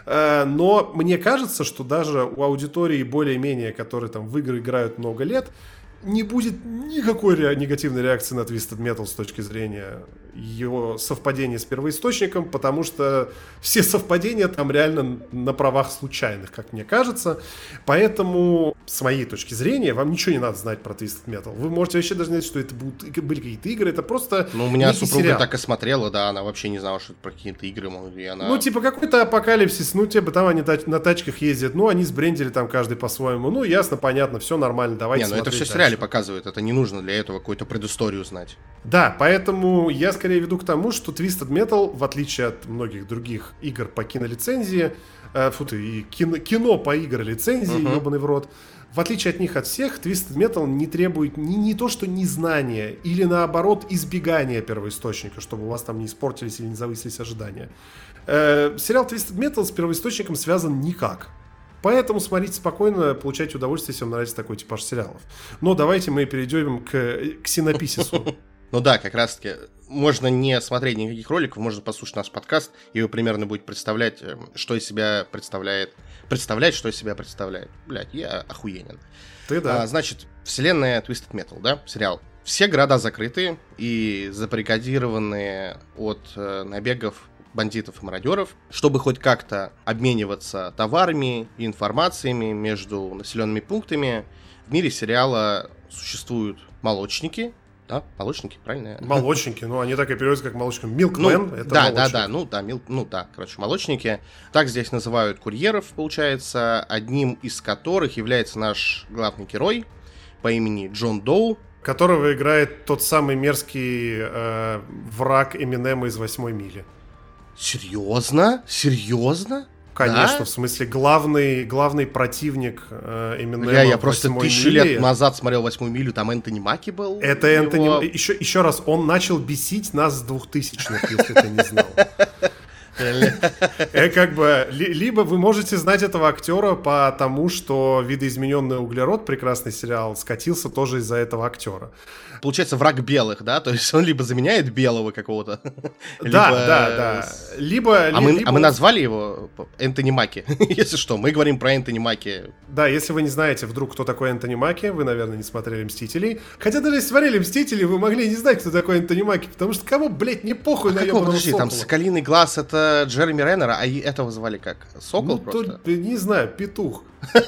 B: Но мне кажется, что даже у аудитории более-менее, которые там в игры играют много лет, не будет никакой ре- негативной реакции на Twisted Metal с точки зрения его совпадения с первоисточником, потому что все совпадения там реально на правах случайных, как мне кажется. Поэтому, с моей точки зрения, вам ничего не надо знать про Twisted Metal. Вы можете вообще даже знать, что это будут, были какие-то игры, это просто...
A: Ну, у меня супруга сериал. Так и смотрела, да, она вообще не знала, что это про какие-то игры. И она...
B: Ну, типа, какой-то апокалипсис, ну, типа, там они тач- на тачках ездят, ну, они сбрендили там каждый по-своему, ну, ясно, понятно, все нормально, давайте
A: смотреть. Не, ну это все в сериале показывают, это не нужно для этого какую-то предысторию знать.
B: Да, поэтому я скорее веду к тому, что Twisted Metal, в отличие от многих других игр по кинолицензии, э, фу ты, и кино, кино по игр-лицензии, uh-huh. ебаный в рот, в отличие от них от всех, Twisted Metal не требует ни, не то, что незнания, или наоборот избегания первоисточника, чтобы у вас там не испортились или не завысились ожидания. Э, сериал Twisted Metal с первоисточником связан никак. Поэтому смотрите спокойно, получайте удовольствие, если вам нравится такой типаж сериалов. Но давайте мы перейдем к, к синописису.
A: Ну да, как раз таки, можно не смотреть никаких роликов, можно послушать наш подкаст, и вы примерно будете представлять, что из себя представляет, представлять, что из себя представляет. Блять, я охуенен.
B: Ты да.
A: А, значит, вселенная Twisted Metal, да, сериал. Все города закрыты и забаррикадированы от э, набегов бандитов и мародеров, чтобы хоть как-то обмениваться товарами и информациями между населенными пунктами. В мире сериала существуют молочники. Да, молочники, правильно?
B: Молочники, ну они так и переводятся как молочник. Милкмен,
A: ну,
B: это
A: да,
B: молочник.
A: Да, да, ну да, мил, ну да, короче, молочники. Так здесь называют курьеров, получается, одним из которых является наш главный герой по имени Джон Доу.
B: Которого играет тот самый мерзкий э, враг Эминема из «Восьмой мили».
A: Серьезно? Серьезно?
B: Конечно,
A: да?
B: В смысле, главный, главный противник э, Эминема.
A: Бля, я просто тысячу
B: мили.
A: лет назад смотрел «Восьмую милю», там Энтони Маки был.
B: Это
A: его...
B: Энтони... Еще, еще раз, он начал бесить нас с двухтысячных, если ты не знал. Как бы, либо вы можете знать этого актера по тому, что «Видоизмененный углерод», прекрасный сериал, скатился тоже из-за этого актера.
A: Получается, враг белых, да? То есть он либо заменяет белого какого-то.
B: Да, либо... да, да. Либо,
A: а, мы,
B: либо...
A: а мы назвали его Энтони Маки. Если что, мы говорим про Энтони Маки.
B: Да, если вы не знаете вдруг, кто такой Энтони Маки, вы, наверное, не смотрели «Мстителей». Хотя даже если смотрели «Мстители», вы могли не знать, кто такой Энтони Маки, потому что кому, блядь, не похуй
A: а
B: на ебаного
A: подожди,
B: сокола.
A: Там «Соколиный глаз» — это Джереми Реннера, а этого звали как? Сокол
B: ну,
A: просто?
B: То, не знаю, петух.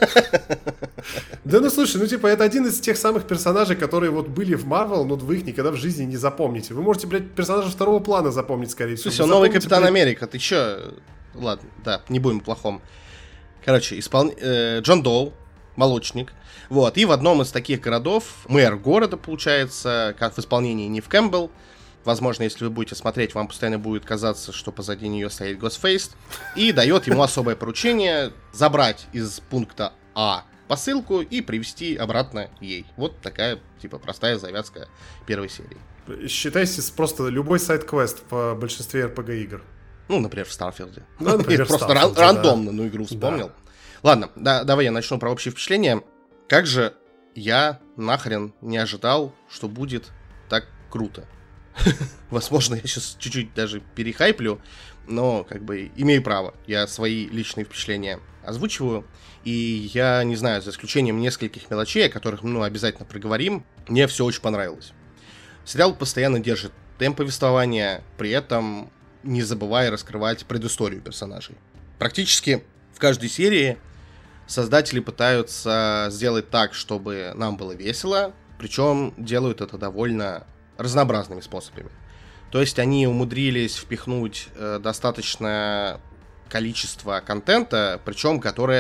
B: Да ну слушай, ну типа это один из тех самых персонажей, которые вот были в Марвел, но вы их никогда в жизни не запомните. Вы можете, блядь, персонажа второго плана запомнить, скорее всего.
A: Слушай, новый Капитан блядь... Америка, ты чё? Ладно, да, не будем плохом. Короче, испол... э, Джон Доу, молочник. Вот, и в одном из таких городов, мэр города, получается, как в исполнении Нив Кэмпбелл. Возможно, если вы будете смотреть, вам постоянно будет казаться, что позади нее стоит Ghostface. И дает ему особое поручение забрать из пункта А посылку и привезти обратно ей. Вот такая, типа, простая завязка первой серии.
B: Считайте просто любой сайд-квест в большинстве эр пи джи-игр.
A: Ну, например, в Старфилде.
B: Ну, например,
A: просто
B: Starfield,
A: рандомно,
B: да.
A: ну, игру вспомнил.
B: Да.
A: Ладно, да, давай я начну про общее впечатление. Как же я нахрен не ожидал, что будет так круто. Возможно, я сейчас чуть-чуть даже перехайплю, но как бы имею право. Я свои личные впечатления озвучиваю. И я не знаю, за исключением нескольких мелочей, о которых мы ну, обязательно проговорим, мне все очень понравилось. Сериал постоянно держит темп повествования, при этом не забывая раскрывать предысторию персонажей. Практически в каждой серии создатели пытаются сделать так, чтобы нам было весело, причем делают это довольно разнообразными способами. То есть они умудрились впихнуть э, достаточное количество контента, причем которое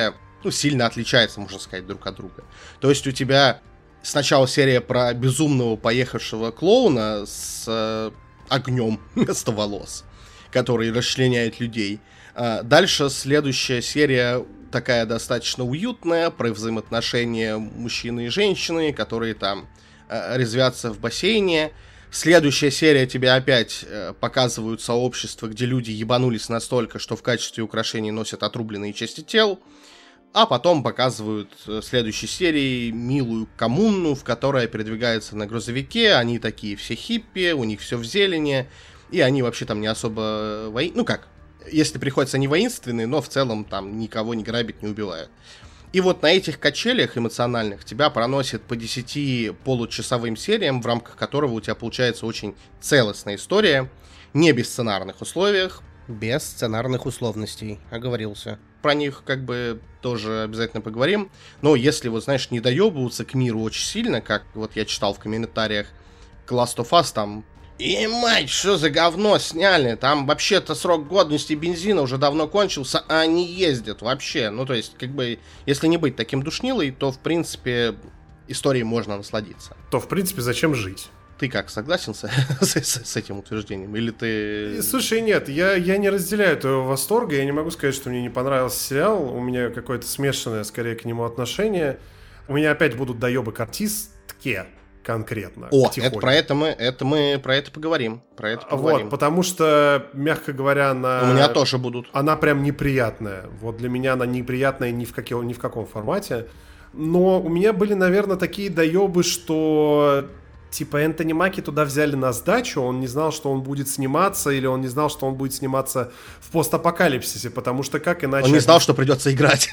A: ну, сильно отличается, можно сказать, друг от друга. То есть у тебя сначала серия про безумного поехавшего клоуна с э, огнем вместо волос, который расчленяет людей. А дальше следующая серия такая достаточно уютная, про взаимоотношения мужчины и женщины, которые там э, резвятся в бассейне. Следующая серия тебе опять э, показывают сообщество, где люди ебанулись настолько, что в качестве украшений носят отрубленные части тел. А потом показывают в следующей серии милую коммуну, в которой передвигаются на грузовике. Они такие все хиппи, у них все в зелени. И они вообще там не особо воин... Ну как, если приходится, они воинственные, но в целом там никого не грабят, не убивают. И вот на этих качелях эмоциональных тебя проносит по десяти получасовым сериям, в рамках которого у тебя получается очень целостная история. Не без сценарных условиях. Без сценарных условностей, оговорился. Про них как бы тоже обязательно поговорим. Но если, вот знаешь, не доебываться к миру очень сильно, как вот я читал в комментариях к Last of Us, там... И, мать, что за говно сняли? Там вообще-то срок годности бензина уже давно кончился, а они ездят вообще. Ну, то есть, как бы, если не быть таким душнилой, то, в принципе, историей можно насладиться.
B: То, в принципе, зачем жить?
A: Ты как, согласен с, с, с этим утверждением? Или ты...
B: Слушай, нет, я, я не разделяю твоего восторга. Я не могу сказать, что мне не понравился сериал. У меня какое-то смешанное, скорее, к нему отношение. У меня опять будут доебы к артистке конкретно.
A: О, это про это мы, это мы про это поговорим. Про это поговорим.
B: Вот, потому что, мягко говоря, она...
A: У меня тоже будут.
B: Она прям неприятная. Вот для меня она неприятная ни в, какие, ни в каком формате. Но у меня были, наверное, такие доебы, что... Типа Энтони Маки туда взяли на сдачу, он не знал, что он будет сниматься, или он не знал, что он будет сниматься в постапокалипсисе, потому что как иначе...
A: Он не знал, что придется играть.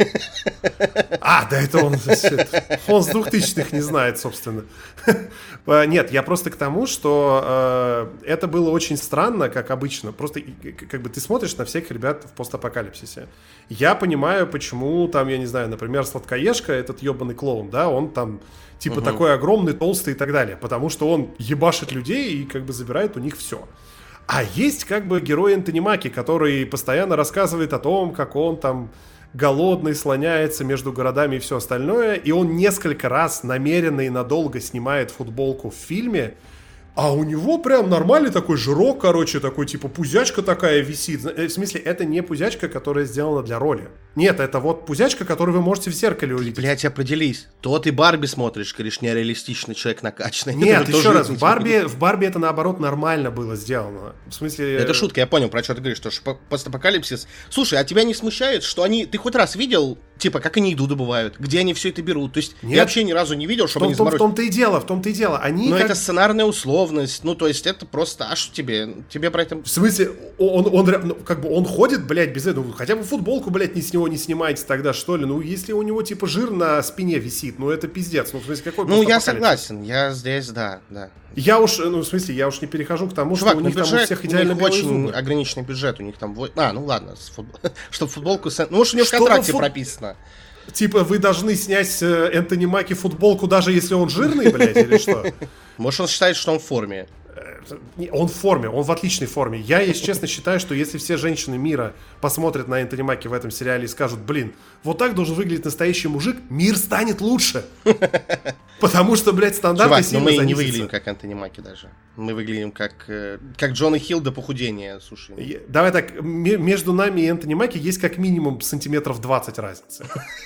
B: А, да это он... Он с двухтысячных не знает, собственно. Нет, я просто к тому, что э, это было очень странно, как обычно. Просто как бы ты смотришь на всех ребят в постапокалипсисе. Я понимаю, почему там, я не знаю, например, Сладкоежка, этот ебаный клоун, да, он там... Типа угу. такой огромный, толстый и так далее. Потому что он ебашит людей и как бы забирает у них все. А есть как бы герой Энтони Маки, который постоянно рассказывает о том, как он там голодный, слоняется между городами и все остальное. И он несколько раз намеренно и надолго снимает футболку в фильме. А у него прям нормальный такой жирок, короче, такой типа пузячка такая висит. В смысле, это не пузячка, которая сделана для роли. Нет, это вот пузячка, которую вы можете в зеркале увидеть.
A: Ты, блядь, определись. То ты Барби смотришь, говоришь, нереалистичный человек накачанный.
B: Нет, еще раз, в Барби, в Барби это наоборот нормально было сделано. В смысле...
A: Это шутка, я понял, про что ты говоришь, что постапокалипсис. Слушай, а тебя не смущает, что они... Ты хоть раз видел, типа, как они еду добывают, где они все это берут? То есть
B: Нет.
A: я вообще ни разу не видел, чтобы
B: в том,
A: они заморозили.
B: В том-то и дело, в том-то и дело. Они
A: Но
B: как...
A: это сценарная условность, ну, то есть это просто... А что тебе? Тебе про это...
B: В смысле, он, он, он ну, как бы он ходит, блядь, без этого, хотя бы футболку, блядь, не с него не снимайте тогда, что ли? Ну, если у него, типа, жир на спине висит, ну, это пиздец. Ну, в смысле, какой
A: Ну, я согласен, я здесь, да, да.
B: Я уж, ну, в смысле, я уж не перехожу к тому,
A: Чувак,
B: что у них
A: бюджет,
B: там у всех идеально
A: у них очень
B: зубы.
A: ограниченный бюджет, у них там... А, ну ладно, футбол... чтобы футболку... Ну, может, у него в контракте фут... прописано.
B: Типа, вы должны снять Энтони Маки футболку, даже если он жирный, блядь, или что?
A: Может, он считает, что он в форме.
B: Он в форме, он в отличной форме. Я, если честно, считаю, что если все женщины мира посмотрят на Энтони Маки в этом сериале и скажут, блин, вот так должен выглядеть настоящий мужик, мир станет лучше. Потому что, блядь, стандарты
A: Чувак,
B: сильно
A: но мы
B: занизятся.
A: не выглядим как Энтони Маки даже. Мы выглядим как, как Джона Хилл до похудения, слушай.
B: Давай так, м- между нами и Энтони Маки есть как минимум сантиметров двадцать разницы.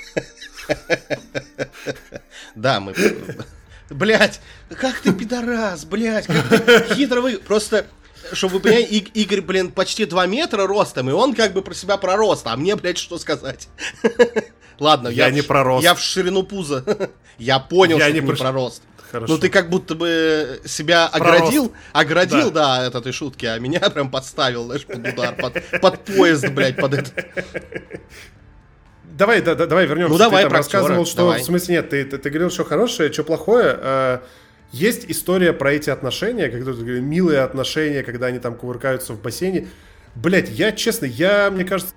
A: Да, мы... Блять, как ты пидорас, блять, как ты хитро вы... Просто, чтобы вы поняли, И- Игорь, блин, почти два метра ростом, и он как бы про себя пророс, а мне, блядь, что сказать? Ладно,
B: я, я не
A: в,
B: про рост.
A: Я в ширину пуза. Я понял, я что не ты про... не про рост.
B: Хорошо.
A: Ну ты как будто бы себя про оградил, рост. оградил, да. да, от этой шутки, а меня прям подставил, знаешь, под удар, под, под поезд, блядь, под это...
B: Давай, да, да, давай вернемся.
A: Ну, давай,
B: ты там рассказывал, что
A: давай.
B: В смысле нет, ты, ты, ты говорил, что хорошее, что плохое. Э, есть история про эти отношения, когда ты говоришь, милые отношения, когда они там кувыркаются в бассейне. Блять, я честно, я, мне кажется,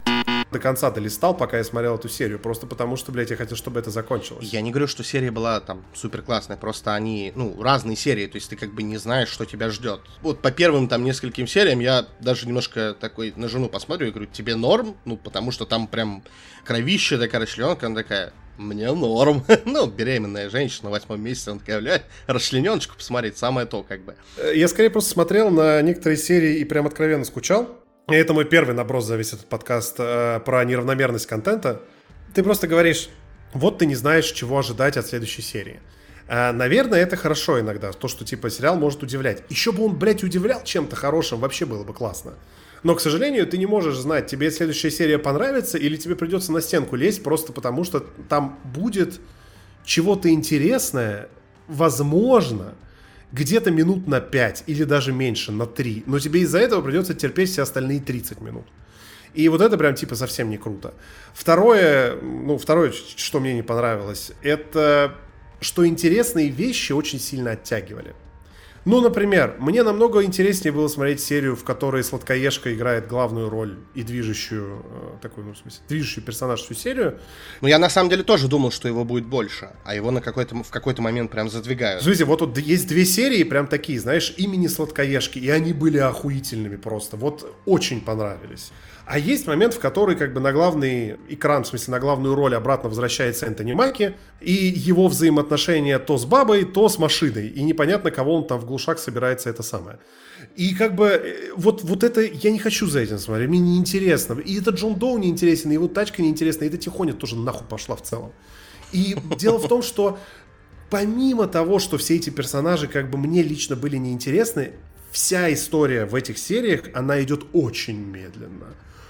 B: до конца долистал, пока я смотрел эту серию, просто потому что, блядь, я хотел, чтобы это закончилось.
A: Я не говорю, что серия была там супер классная, просто они, ну, разные серии, то есть ты как бы не знаешь, что тебя ждет. Вот по первым там нескольким сериям я даже немножко такой на жену посмотрю и говорю, тебе норм? Ну, потому что там прям кровища такая, расчленка, она такая... Мне норм. Ну, беременная женщина в восьмом месяце, она такая, блядь, расчлененочку посмотреть, самое то, как бы.
B: Я скорее просто смотрел на некоторые серии и прям откровенно скучал. И это мой первый наброс за весь этот подкаст э, про неравномерность контента. Ты просто говоришь, вот ты не знаешь, чего ожидать от следующей серии. А, наверное, это хорошо иногда, то, что типа сериал может удивлять. Еще бы он, блядь, удивлял чем-то хорошим, вообще было бы классно. Но, к сожалению, ты не можешь знать, тебе следующая серия понравится или тебе придется на стенку лезть, просто потому что там будет чего-то интересное, возможно, где-то минут на пять или даже меньше, на три. Но тебе из-за этого придется терпеть все остальные тридцать минут. И вот это прям типа совсем не круто. Второе, ну, второе, что мне не понравилось, это что интересные вещи очень сильно оттягивали. Ну, например, мне намного интереснее было смотреть серию, в которой Сладкоежка играет главную роль и движущую, э, такую, ну, в смысле, движущий персонаж всю серию.
A: Ну, я на самом деле тоже думал, что его будет больше, а его на какой-то, в какой-то момент прям задвигают.
B: Смотрите, вот тут есть две серии прям такие, знаешь, имени Сладкоежки, и они были охуительными просто, вот очень понравились. А есть момент, в который как бы на главный экран, в смысле на главную роль обратно возвращается Энтони Маки, и его взаимоотношения то с бабой, то с машиной, и непонятно, кого он там в глушак собирается это самое. И как бы вот, вот это, я не хочу за этим смотреть, мне неинтересно. И это Джон Доу неинтересен, и его тачка неинтересна, и эта Тихоня тоже нахуй пошла в целом. И дело в том, что помимо того, что все эти персонажи как бы мне лично были неинтересны, вся история в этих сериях, она идет очень медленно.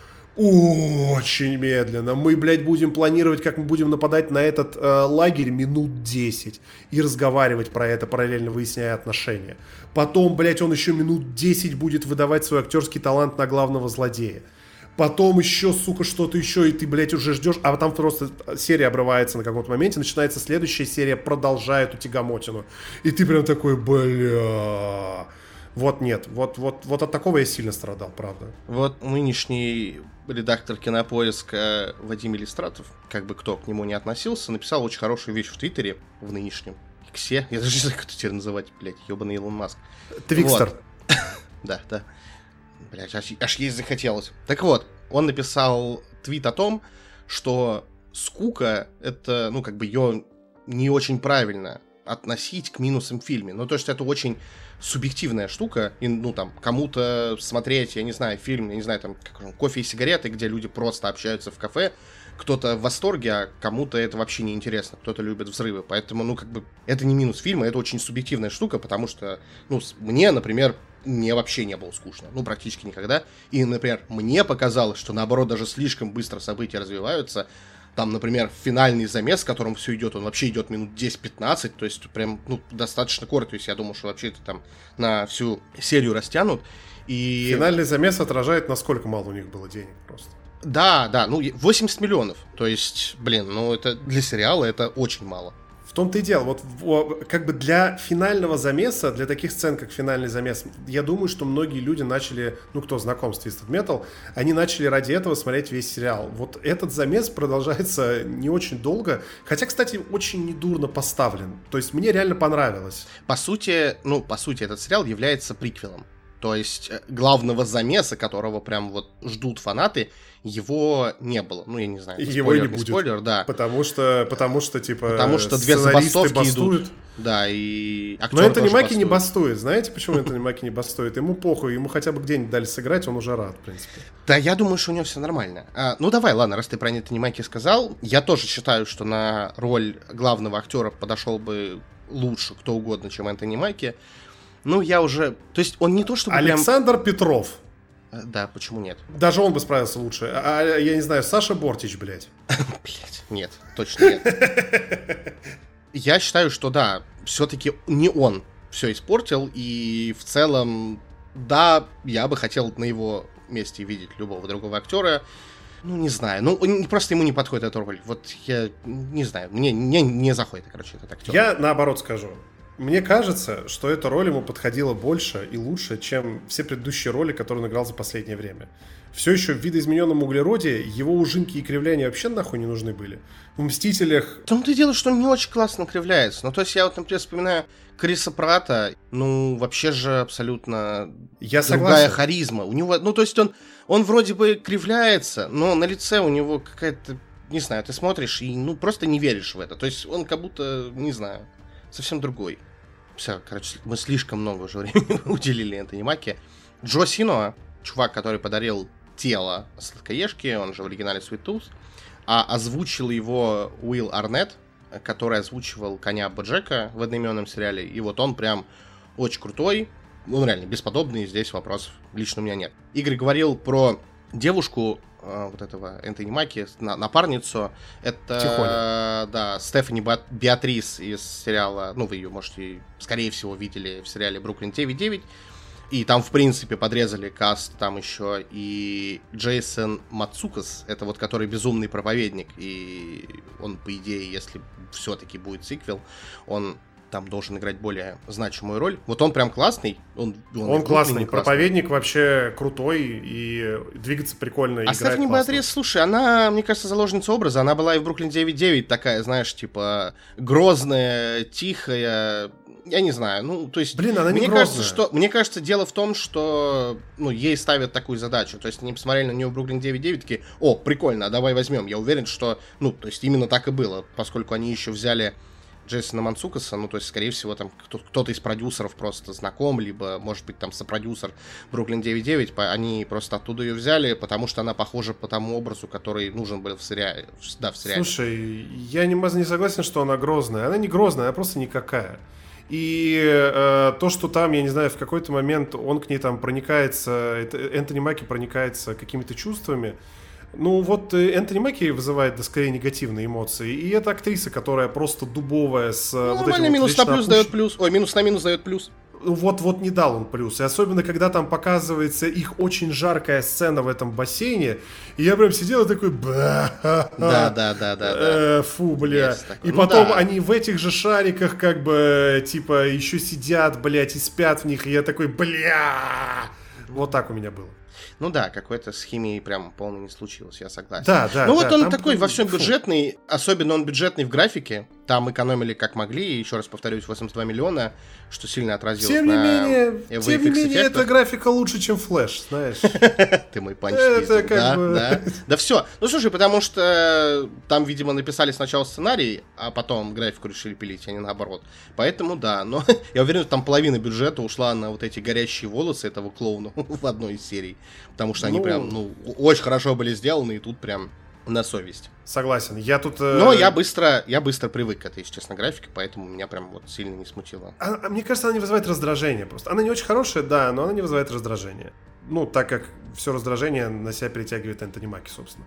B: Очень медленно. Мы, блядь, будем планировать, как мы будем нападать на этот э, лагерь минут десять и разговаривать про это, параллельно выясняя отношения. Потом, блядь, он еще минут десять будет выдавать свой актерский талант на главного злодея. Потом еще, сука, что-то еще, и ты, блядь, уже ждешь. А там просто серия обрывается на каком-то моменте, начинается следующая серия, продолжает эту тягомотину. И ты прям такой, бля... Вот нет, вот, вот, вот от такого я сильно страдал, правда.
A: Вот нынешний редактор Кинопоиска Вадим Иллистратов, как бы кто к нему не относился, написал очень хорошую вещь в Твиттере, в нынешнем Иксе. Я даже не знаю, как это теперь называть, блядь, ебаный Илон Маск.
B: Твикстер.
A: Да, да. Блядь, аж, аж есть захотелось. Так вот, он написал твит о том, что скука, это, ну, как бы ее не очень правильно относить к минусам в фильме. Ну, то есть это очень субъективная штука, и, ну, там, кому-то смотреть, я не знаю, фильм, я не знаю, там, как он, «Кофе и сигареты», где люди просто общаются в кафе, кто-то в восторге, а кому-то это вообще не интересно, кто-то любит взрывы, поэтому, ну, как бы, это не минус фильма, это очень субъективная штука, потому что, ну, мне, например, мне вообще не было скучно, ну, практически никогда, и, например, мне показалось, что, наоборот, даже слишком быстро события развиваются. Там, например, финальный замес, в котором все идет, он вообще идет минут десять-пятнадцать, то есть прям, ну, достаточно коротко, то есть я думал, что вообще это там на всю серию растянут. И...
B: Финальный замес отражает, насколько мало у них было денег просто.
A: Да, да, ну, восемьдесят миллионов, то есть, блин, ну, это для сериала это очень мало.
B: В том-то и дело, вот как бы для финального замеса, для таких сцен, как финальный замес, я думаю, что многие люди начали, ну, кто знаком с Twisted Metal, они начали ради этого смотреть весь сериал. Вот этот замес продолжается не очень долго, хотя, кстати, очень недурно поставлен. То есть мне реально понравилось.
A: По сути, ну, по сути, этот сериал является приквелом. То есть главного замеса, которого прям вот ждут фанаты, его не было. Ну, я не знаю,
B: его
A: спойлер,
B: не
A: не
B: будет.
A: Спойлер, да.
B: Потому что, потому что, типа,
A: Потому что две забастовки
B: бастуют.
A: идут. Да, и
B: Но Энтони Маки не бастует. Знаете, почему Энтони Маки не бастует? Ему похуй, ему хотя бы где-нибудь дали сыграть, он уже рад, в принципе.
A: Да, я думаю, что у него все нормально. А, ну, давай, ладно, раз ты про Энтони Маки сказал, я тоже считаю, что на роль главного актера подошел бы лучше кто угодно, чем Энтони Маки. Ну, я уже... То есть он не то, чтобы
B: Александр
A: прям...
B: Петров.
A: Да, почему нет?
B: Даже он бы справился лучше. А, я не знаю, Саша Бортич, блядь.
A: Блядь, нет, точно нет. Я считаю, что да, все-таки не он все испортил, и в целом, да, я бы хотел на его месте видеть любого другого актера. Ну, не знаю, ну, просто ему не подходит эта роль. Вот я не знаю, мне не, не заходит, короче, этот актер.
B: Я наоборот скажу. Мне кажется, что эта роль ему подходила больше и лучше, чем все предыдущие роли, которые он играл за последнее время. все еще в видоизмененном углероде, его ужимки и кривляния вообще нахуй не нужны были. В «Мстителях»...
A: В том-то и дело, что он не очень классно кривляется. Ну, то есть я вот, например, вспоминаю Криса Пратта, ну, вообще же абсолютно
B: я
A: другая
B: согласен.
A: харизма. У него, ну, то есть он, он вроде бы кривляется, но на лице у него какая-то, не знаю, ты смотришь и, ну, просто не веришь в это. То есть он как будто, не знаю, совсем другой. Все, короче, мы слишком много уже времени уделили Энтони Маки. Джо Синоа, чувак, который подарил тело сладкоежки, он же в оригинале Sweet Tooth, а озвучил его Уилл Арнетт, который озвучивал коня Боджека в одноименном сериале. И вот он прям очень крутой, он реально бесподобный, здесь вопросов лично у меня нет. Игорь говорил про девушку э, вот этого Энтони Маки, на, напарницу. Это,
B: Тихоня.
A: да, Стефани Беатрис из сериала, ну, вы ее, можете, скорее всего, видели в сериале «Бруклин девять девять». И там, в принципе, подрезали каст, там еще и Джейсон Мацукас, это вот который безумный проповедник, и он, по идее, если все-таки будет сиквел, он там должен играть более значимую роль. Вот он прям классный. Он,
B: он, он классный, проповедник вообще крутой, и двигаться прикольно,
A: а Стефани Беатрис, слушай, она, мне кажется, заложница образа, она была и в «Бруклин девять девять» такая, знаешь, типа, грозная, тихая... Я не знаю, ну, то есть...
B: Блин, она не
A: мне
B: грозная.
A: кажется, что, мне кажется, дело в том, что, ну, ей ставят такую задачу. То есть они посмотрели на нее в «Бруклин девять девять», такие, о, прикольно, а давай возьмем. Я уверен, что, ну, то есть именно так и было, поскольку они еще взяли Джейсона Мацукаса, ну, то есть, скорее всего, там кто-то из продюсеров просто знаком, либо, может быть, там сопродюсер «Бруклин девять девять», они просто оттуда ее взяли, потому что она похожа по тому образу, который нужен был в сериале. Да, в сериале.
B: Слушай, я не, не согласен, что она грозная. Она не грозная, она просто никакая. И э, то, что там, я не знаю, в какой-то момент он к ней там проникается, это, Энтони Маки проникается какими-то чувствами. Ну вот Энтони Маки вызывает, да, скорее негативные эмоции. И эта актриса, которая просто дубовая с
A: ну,
B: вот
A: нормально,
B: этим
A: минус
B: вот
A: на плюс опущ... дает плюс. Ой, минус на минус дает плюс.
B: Вот-вот не дал он плюс. И особенно, когда там показывается их очень жаркая сцена в этом бассейне. И я прям сидел и такой...
A: Да, да, да, да, да.
B: Фу, бля. И
A: ну,
B: потом
A: да.
B: они в этих же шариках как бы, типа, еще сидят, блядь, и спят в них. И я такой, бля. Вот так у меня было.
A: Ну да, какой-то с химией прям полной не случилось, я согласен.
B: Да, да.
A: Ну
B: да,
A: вот он
B: там...
A: такой во всем бюджетный, особенно он бюджетный в графике. Там экономили как могли, и еще раз повторюсь, восемьдесят два миллиона, что сильно отразилось
B: тем
A: на
B: не менее,
A: ви эф
B: Тем не менее,
A: эффектах.
B: эта графика лучше, чем Флэш, знаешь.
A: Ты мой панч
B: Это как
A: да,
B: бы...
A: да. Да все. Ну слушай, потому что там, видимо, написали сначала сценарий, а потом графику решили пилить, а не наоборот. Поэтому да, но я уверен, что там половина бюджета ушла на вот эти горящие волосы этого клоуна в одной из серий. Потому что они ну... прям, ну, очень хорошо были сделаны, и тут прям на совесть.
B: Согласен. Я тут...
A: Но я быстро, я быстро привык к этой, если честно, графике, поэтому меня прям вот сильно не смутило.
B: А, мне кажется, она не вызывает раздражения просто. Она не очень хорошая, да, но она не вызывает раздражения. Ну, так как все раздражение на себя перетягивает Энтони Маки, собственно.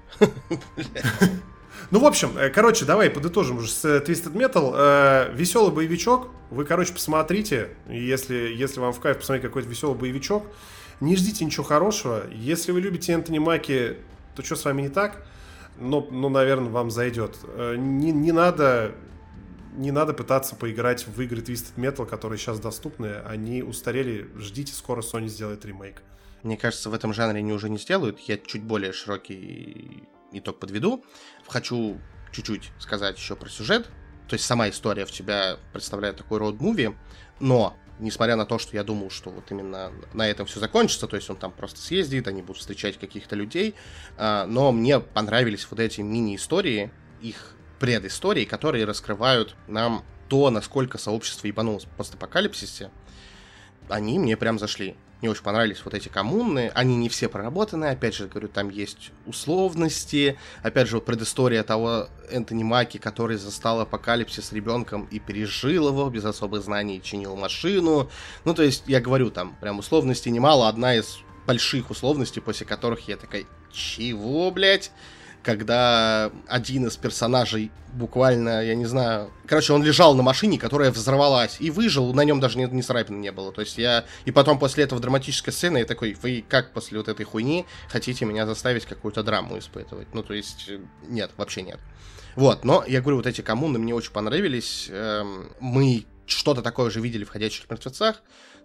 B: Ну, в общем, короче, давай подытожим уже с Twisted Metal. Веселый боевичок. Вы, короче, посмотрите. Если, если вам в кайф посмотреть какой-то веселый боевичок, не ждите ничего хорошего. Если вы любите Энтони Маки, то что с вами не так? Ну, ну, наверное, вам зайдет. Не, не надо, не надо пытаться поиграть в игры Twisted Metal, которые сейчас доступны. Они устарели. Ждите, скоро Sony сделает ремейк.
A: Мне кажется, в этом жанре они уже не сделают. Я чуть более широкий итог подведу. Хочу чуть-чуть сказать еще про сюжет. То есть сама история в тебя представляет такой роуд-муви. Но, несмотря на то, что я думал, что вот именно на этом все закончится, то есть он там просто съездит, они будут встречать каких-то людей, но мне понравились вот эти мини-истории, их предыстории, которые раскрывают нам то, насколько сообщество ебанулось в постапокалипсисе. Они мне прям зашли. Мне очень понравились вот эти коммуны. Они не все проработаны. Опять же, говорю, там есть условности. Опять же, вот предыстория того Энтони Маки, который застал апокалипсис с ребенком и пережил его без особых знаний, чинил машину. Ну, то есть, я говорю, там прям условностей немало. Одна из больших условностей, после которых я такой, чего, блядь? Когда один из персонажей буквально, я не знаю... Короче, он лежал на машине, которая взорвалась, и выжил, на нем даже ни, ни царапины не было. То есть я... И потом после этого драматической сцены я такой, вы как после вот этой хуйни хотите меня заставить какую-то драму испытывать? Ну, то есть, нет, вообще нет. Вот, но я говорю, вот эти коммуны мне очень понравились. Эм, мы что-то такое же видели в «Ходячих мертвецах»,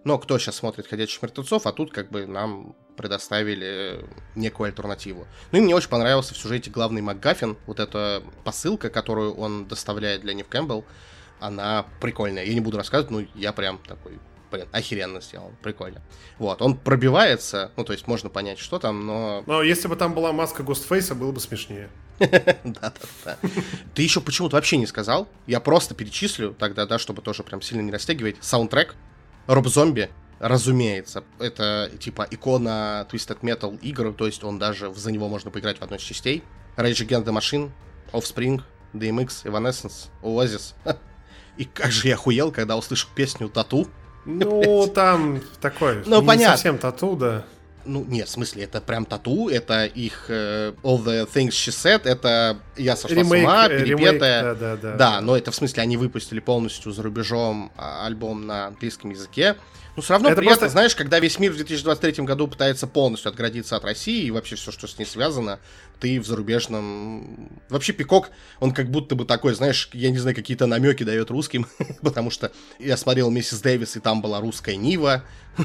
A: Но кто сейчас смотрит «Ходячих мертвецов», а тут как бы нам предоставили некую альтернативу. Ну и мне очень понравился в сюжете главный МакГаффин. Вот эта посылка, которую он доставляет для Нив Кэмпбелл, она прикольная. Я не буду рассказывать, но я прям такой, блин, охеренно сделал, прикольно. Вот, он пробивается, ну то есть можно понять, что там, но...
B: Но если бы там была маска Гостфейса, было бы смешнее.
A: Да-да-да. Ты еще почему-то вообще не сказал. Я просто перечислю тогда, да, чтобы тоже прям сильно не растягивать. Саундтрек Роб Зомби, разумеется, это типа икона Twisted Metal игр, то есть он даже, за него можно поиграть в одной из частей. Rage Against the Machine, Offspring, ди эм икс, Evanescence, Oasis. И как же я охуел, когда услышал песню «Тату».
B: Ну, там такой,
A: ну,
B: не
A: понятно.
B: совсем тату, да.
A: Ну, нет, в смысле, это прям тату, это их uh, All the Things She Said, это «Я сошла
B: ремейк,
A: с ума»,
B: ремейк,
A: перепетая.
B: да, да, да,
A: да,
B: да,
A: но это в смысле они выпустили полностью за рубежом а, альбом на английском языке. Но все равно
B: это
A: приятно,
B: просто...
A: знаешь, когда весь мир в две тысячи двадцать третьем году пытается полностью отгородиться от России и вообще все, что с ней связано, ты в зарубежном... Вообще Пикок, он как будто бы такой, знаешь, я не знаю, какие-то намеки дает русским, потому что я смотрел «Миссис Дэвис», и там была русская Нива.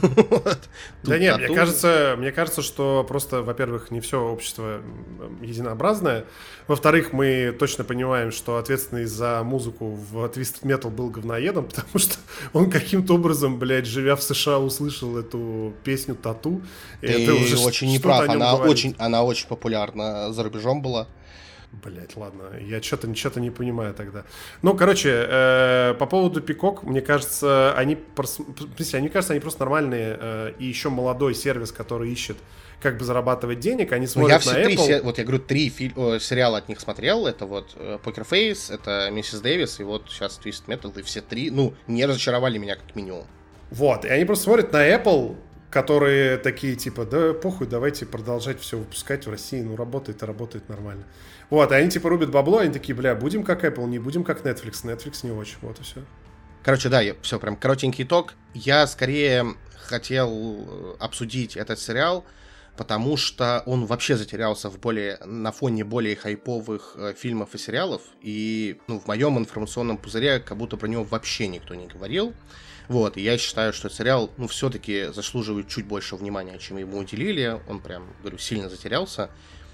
B: Да нет, мне кажется, мне кажется, что просто, во-первых, не все общество единообразное. Во-вторых, мы точно понимаем, что ответственный за музыку в Twisted Metal был говноедом, потому что он каким-то образом, блядь, живя в США, услышал эту песню «Тату».
A: Ты
B: это уже
A: очень неправ, она очень, она очень популярна за рубежом была.
B: Блять, ладно, я что-то что-то не понимаю тогда. Ну, короче, э, по поводу Пикок, мне кажется, они, прос... мне кажется, они просто нормальные э, и еще молодой сервис, который ищет, как бы зарабатывать денег, они смотрят
A: ну, я
B: на
A: все
B: Apple.
A: Три, вот я говорю, три фи... о, сериала от них смотрел, это вот Poker Face, это Миссис Дэвис, и вот сейчас Twisted Metal, и все три, ну, не разочаровали меня как минимум.
B: Вот, и они просто смотрят на Apple, которые такие, типа, да похуй, давайте продолжать все выпускать в России, ну, работает и работает нормально. Вот, и они, типа, рубят бабло, они такие, бля, будем как Apple, не будем как Netflix, Netflix не очень, вот и все.
A: Короче, да, я, все, прям коротенький итог. Я скорее хотел обсудить этот сериал, потому что он вообще затерялся в более, на фоне более хайповых э, фильмов и сериалов, и, ну, в моем информационном пузыре как будто про него вообще никто не говорил. Вот, и я считаю, что сериал, ну, все-таки заслуживает чуть больше внимания, чем ему уделили. Он прям, говорю, сильно затерялся.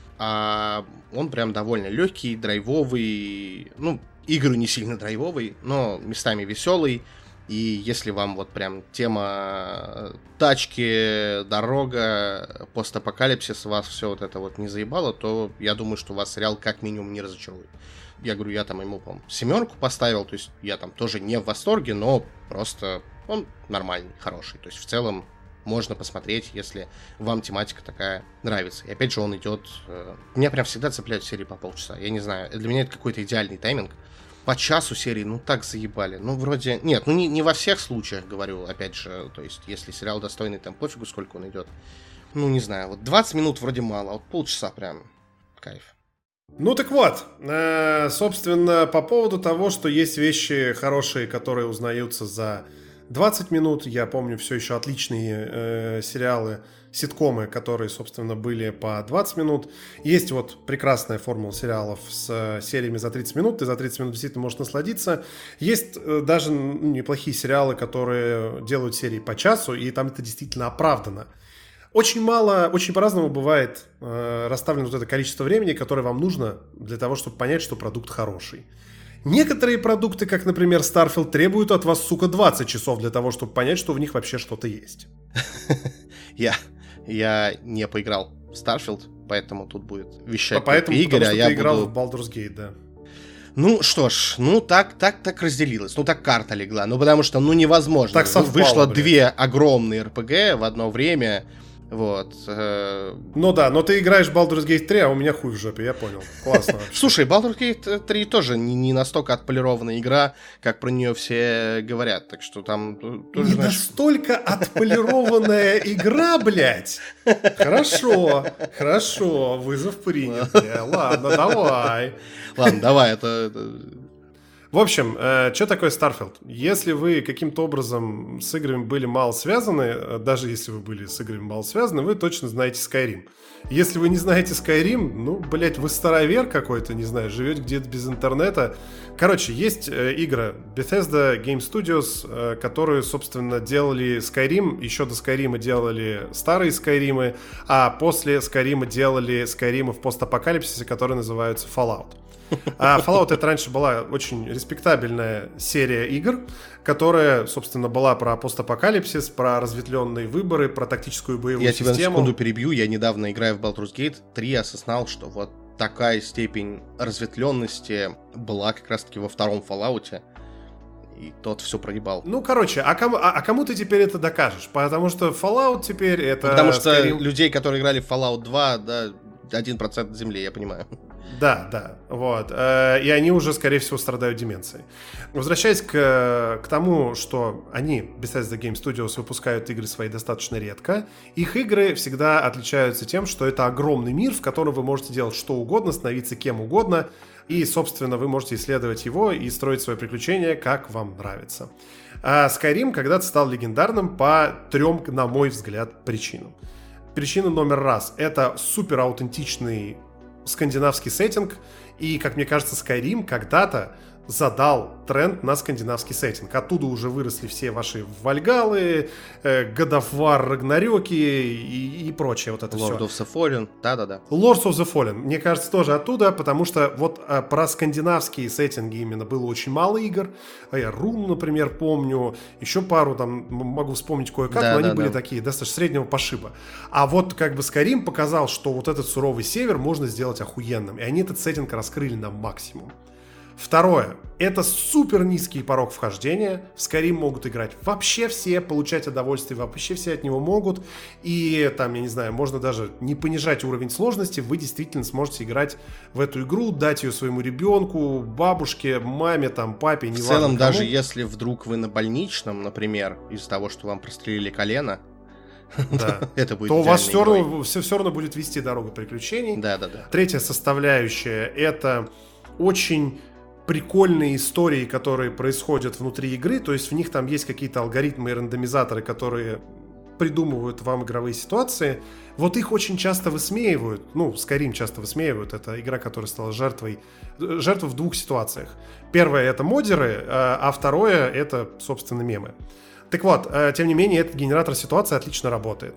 A: А он прям довольно легкий, драйвовый. Ну, игры не сильно драйвовый, но местами веселый. И если вам вот прям тема тачки, дорога, постапокалипсис, вас все вот это вот не заебало, то я думаю, что вас сериал как минимум не разочарует. Я говорю, я там ему, по-моему, семерку поставил, то есть я там тоже не в восторге, но просто он нормальный, хороший. То есть в целом можно посмотреть, если вам тематика такая нравится. И опять же он идет... Э, меня прям всегда цепляют серии по полчаса. Я не знаю, для меня это какой-то идеальный тайминг. По часу серии, ну так заебали. Ну вроде... Нет, ну не, не во всех случаях, говорю, опять же. То есть если сериал достойный, там пофигу, сколько он идет. Ну не знаю, вот двадцать минут вроде мало, а вот полчаса прям кайф.
B: Ну так вот, э, собственно, по поводу того, что есть вещи хорошие, которые узнаются за двадцать минут. Я помню все еще отличные э, сериалы, ситкомы, которые, собственно, были по двадцать минут. Есть вот прекрасная формула сериалов с э, сериями за тридцать минут. Ты за тридцать минут действительно можешь насладиться. Есть э, даже ну, неплохие сериалы, которые делают серии по часу, и там это действительно оправдано. Очень мало, очень по-разному бывает э, расставлено вот это количество времени, которое вам нужно для того, чтобы понять, что продукт хороший. Некоторые продукты, как, например, Starfield, требуют от вас, сука, двадцать часов для того, чтобы понять, что в них вообще что-то есть.
A: Я, я не поиграл в Starfield, поэтому тут будет вещать
B: поэтому,
A: Игорь,
B: потому что
A: а
B: ты
A: я
B: играл
A: буду...
B: в Baldur's Gate, да.
A: Ну что ж, ну так, так, так разделилось, ну так карта легла, ну потому что, ну невозможно.
B: Так совпало,
A: вышло
B: блядь.
A: Две огромные эр пи джи в одно время. Вот. Э...
B: Ну да, но ты играешь в Baldur's Gate три, а у меня хуй в жопе, я понял. Классно вообще.
A: Слушай, Baldur's Gate три тоже не, не настолько отполированная игра, как про нее все говорят, так что там... Тоже,
B: не
A: знаешь...
B: настолько отполированная игра, блядь. Хорошо, хорошо, вызов принят. Ладно, давай.
A: Ладно, давай, это...
B: В общем, э, что такое Starfield? Если вы каким-то образом с играми были мало связаны, э, даже если вы были с играми мало связаны, вы точно знаете Skyrim. Если вы не знаете Skyrim, ну, блять, вы старовер какой-то, не знаю, живете где-то без интернета. Короче, есть э, игры Bethesda Game Studios, э, которые, собственно, делали Skyrim, еще до Skyrim делали старые Skyrim, а после Skyrim делали Skyrim в постапокалипсисе, которые называются Fallout. А Fallout — это раньше была очень респектабельная серия игр, которая, собственно, была про постапокалипсис, про разветвленные выборы, про тактическую боевую
A: я
B: систему. Я
A: тебя на секунду перебью. Я недавно, играя в Baldur's Gate три, осознал, что вот такая степень разветвленности была как раз-таки во втором Fallout. И тот все прогибал.
B: Ну, короче, а кому, а, а кому ты теперь это докажешь? Потому что Fallout теперь это...
A: Потому что
B: Skyrim...
A: людей, которые играли в Fallout два, да, один процент земли, я понимаю.
B: Да, да, вот. И они уже, скорее всего, страдают деменцией. Возвращаясь к, к тому, что они, Bethesda Game Studios, выпускают игры свои достаточно редко, их игры всегда отличаются тем, что это огромный мир, в котором вы можете делать что угодно, становиться кем угодно, и, собственно, вы можете исследовать его и строить свои приключения, как вам нравится. А Skyrim когда-то стал легендарным по трем, на мой взгляд, причинам. Причина номер раз — это супер аутентичный скандинавский сеттинг, и, как мне кажется, Skyrim когда-то задал тренд на скандинавский сеттинг. Оттуда уже выросли все ваши Вальгаллы, э, God of War, Рагнарёки и, и прочее вот это все.
A: Lord of the Fallen, да-да-да.
B: Lords of the Fallen, мне кажется, тоже оттуда, потому что вот а, про скандинавские сеттинги именно было очень мало игр. Я Рун, например, помню, еще пару там могу вспомнить кое-как, да, но они да, были да. такие достаточно среднего пошиба. А вот как бы Skyrim показал, что вот этот суровый север можно сделать охуенным, и они этот сеттинг раскрыли на максимум. Второе. Это супер низкий порог вхождения. В Skyrim могут играть вообще все, получать удовольствие вообще все от него могут. И там, я не знаю, можно даже не понижать уровень сложности. Вы действительно сможете играть в эту игру, дать ее своему ребенку, бабушке, маме, там, папе, неважно.
A: В целом,
B: кому.
A: даже если вдруг вы на больничном, например, из-за того, что вам прострелили колено,
B: да.
A: это будет
B: то у вас все равно, все, все равно будет вести дорогу приключений.
A: Да, да, да.
B: Третья составляющая — это очень прикольные истории, которые происходят внутри игры, то есть в них там есть какие-то алгоритмы и рандомизаторы, которые придумывают вам игровые ситуации. Вот их очень часто высмеивают, ну, Skyrim часто высмеивают, это игра, которая стала жертвой, жертвой в двух ситуациях. Первое — это модеры, а второе — это, собственно, мемы. Так вот, тем не менее, этот генератор ситуации отлично работает.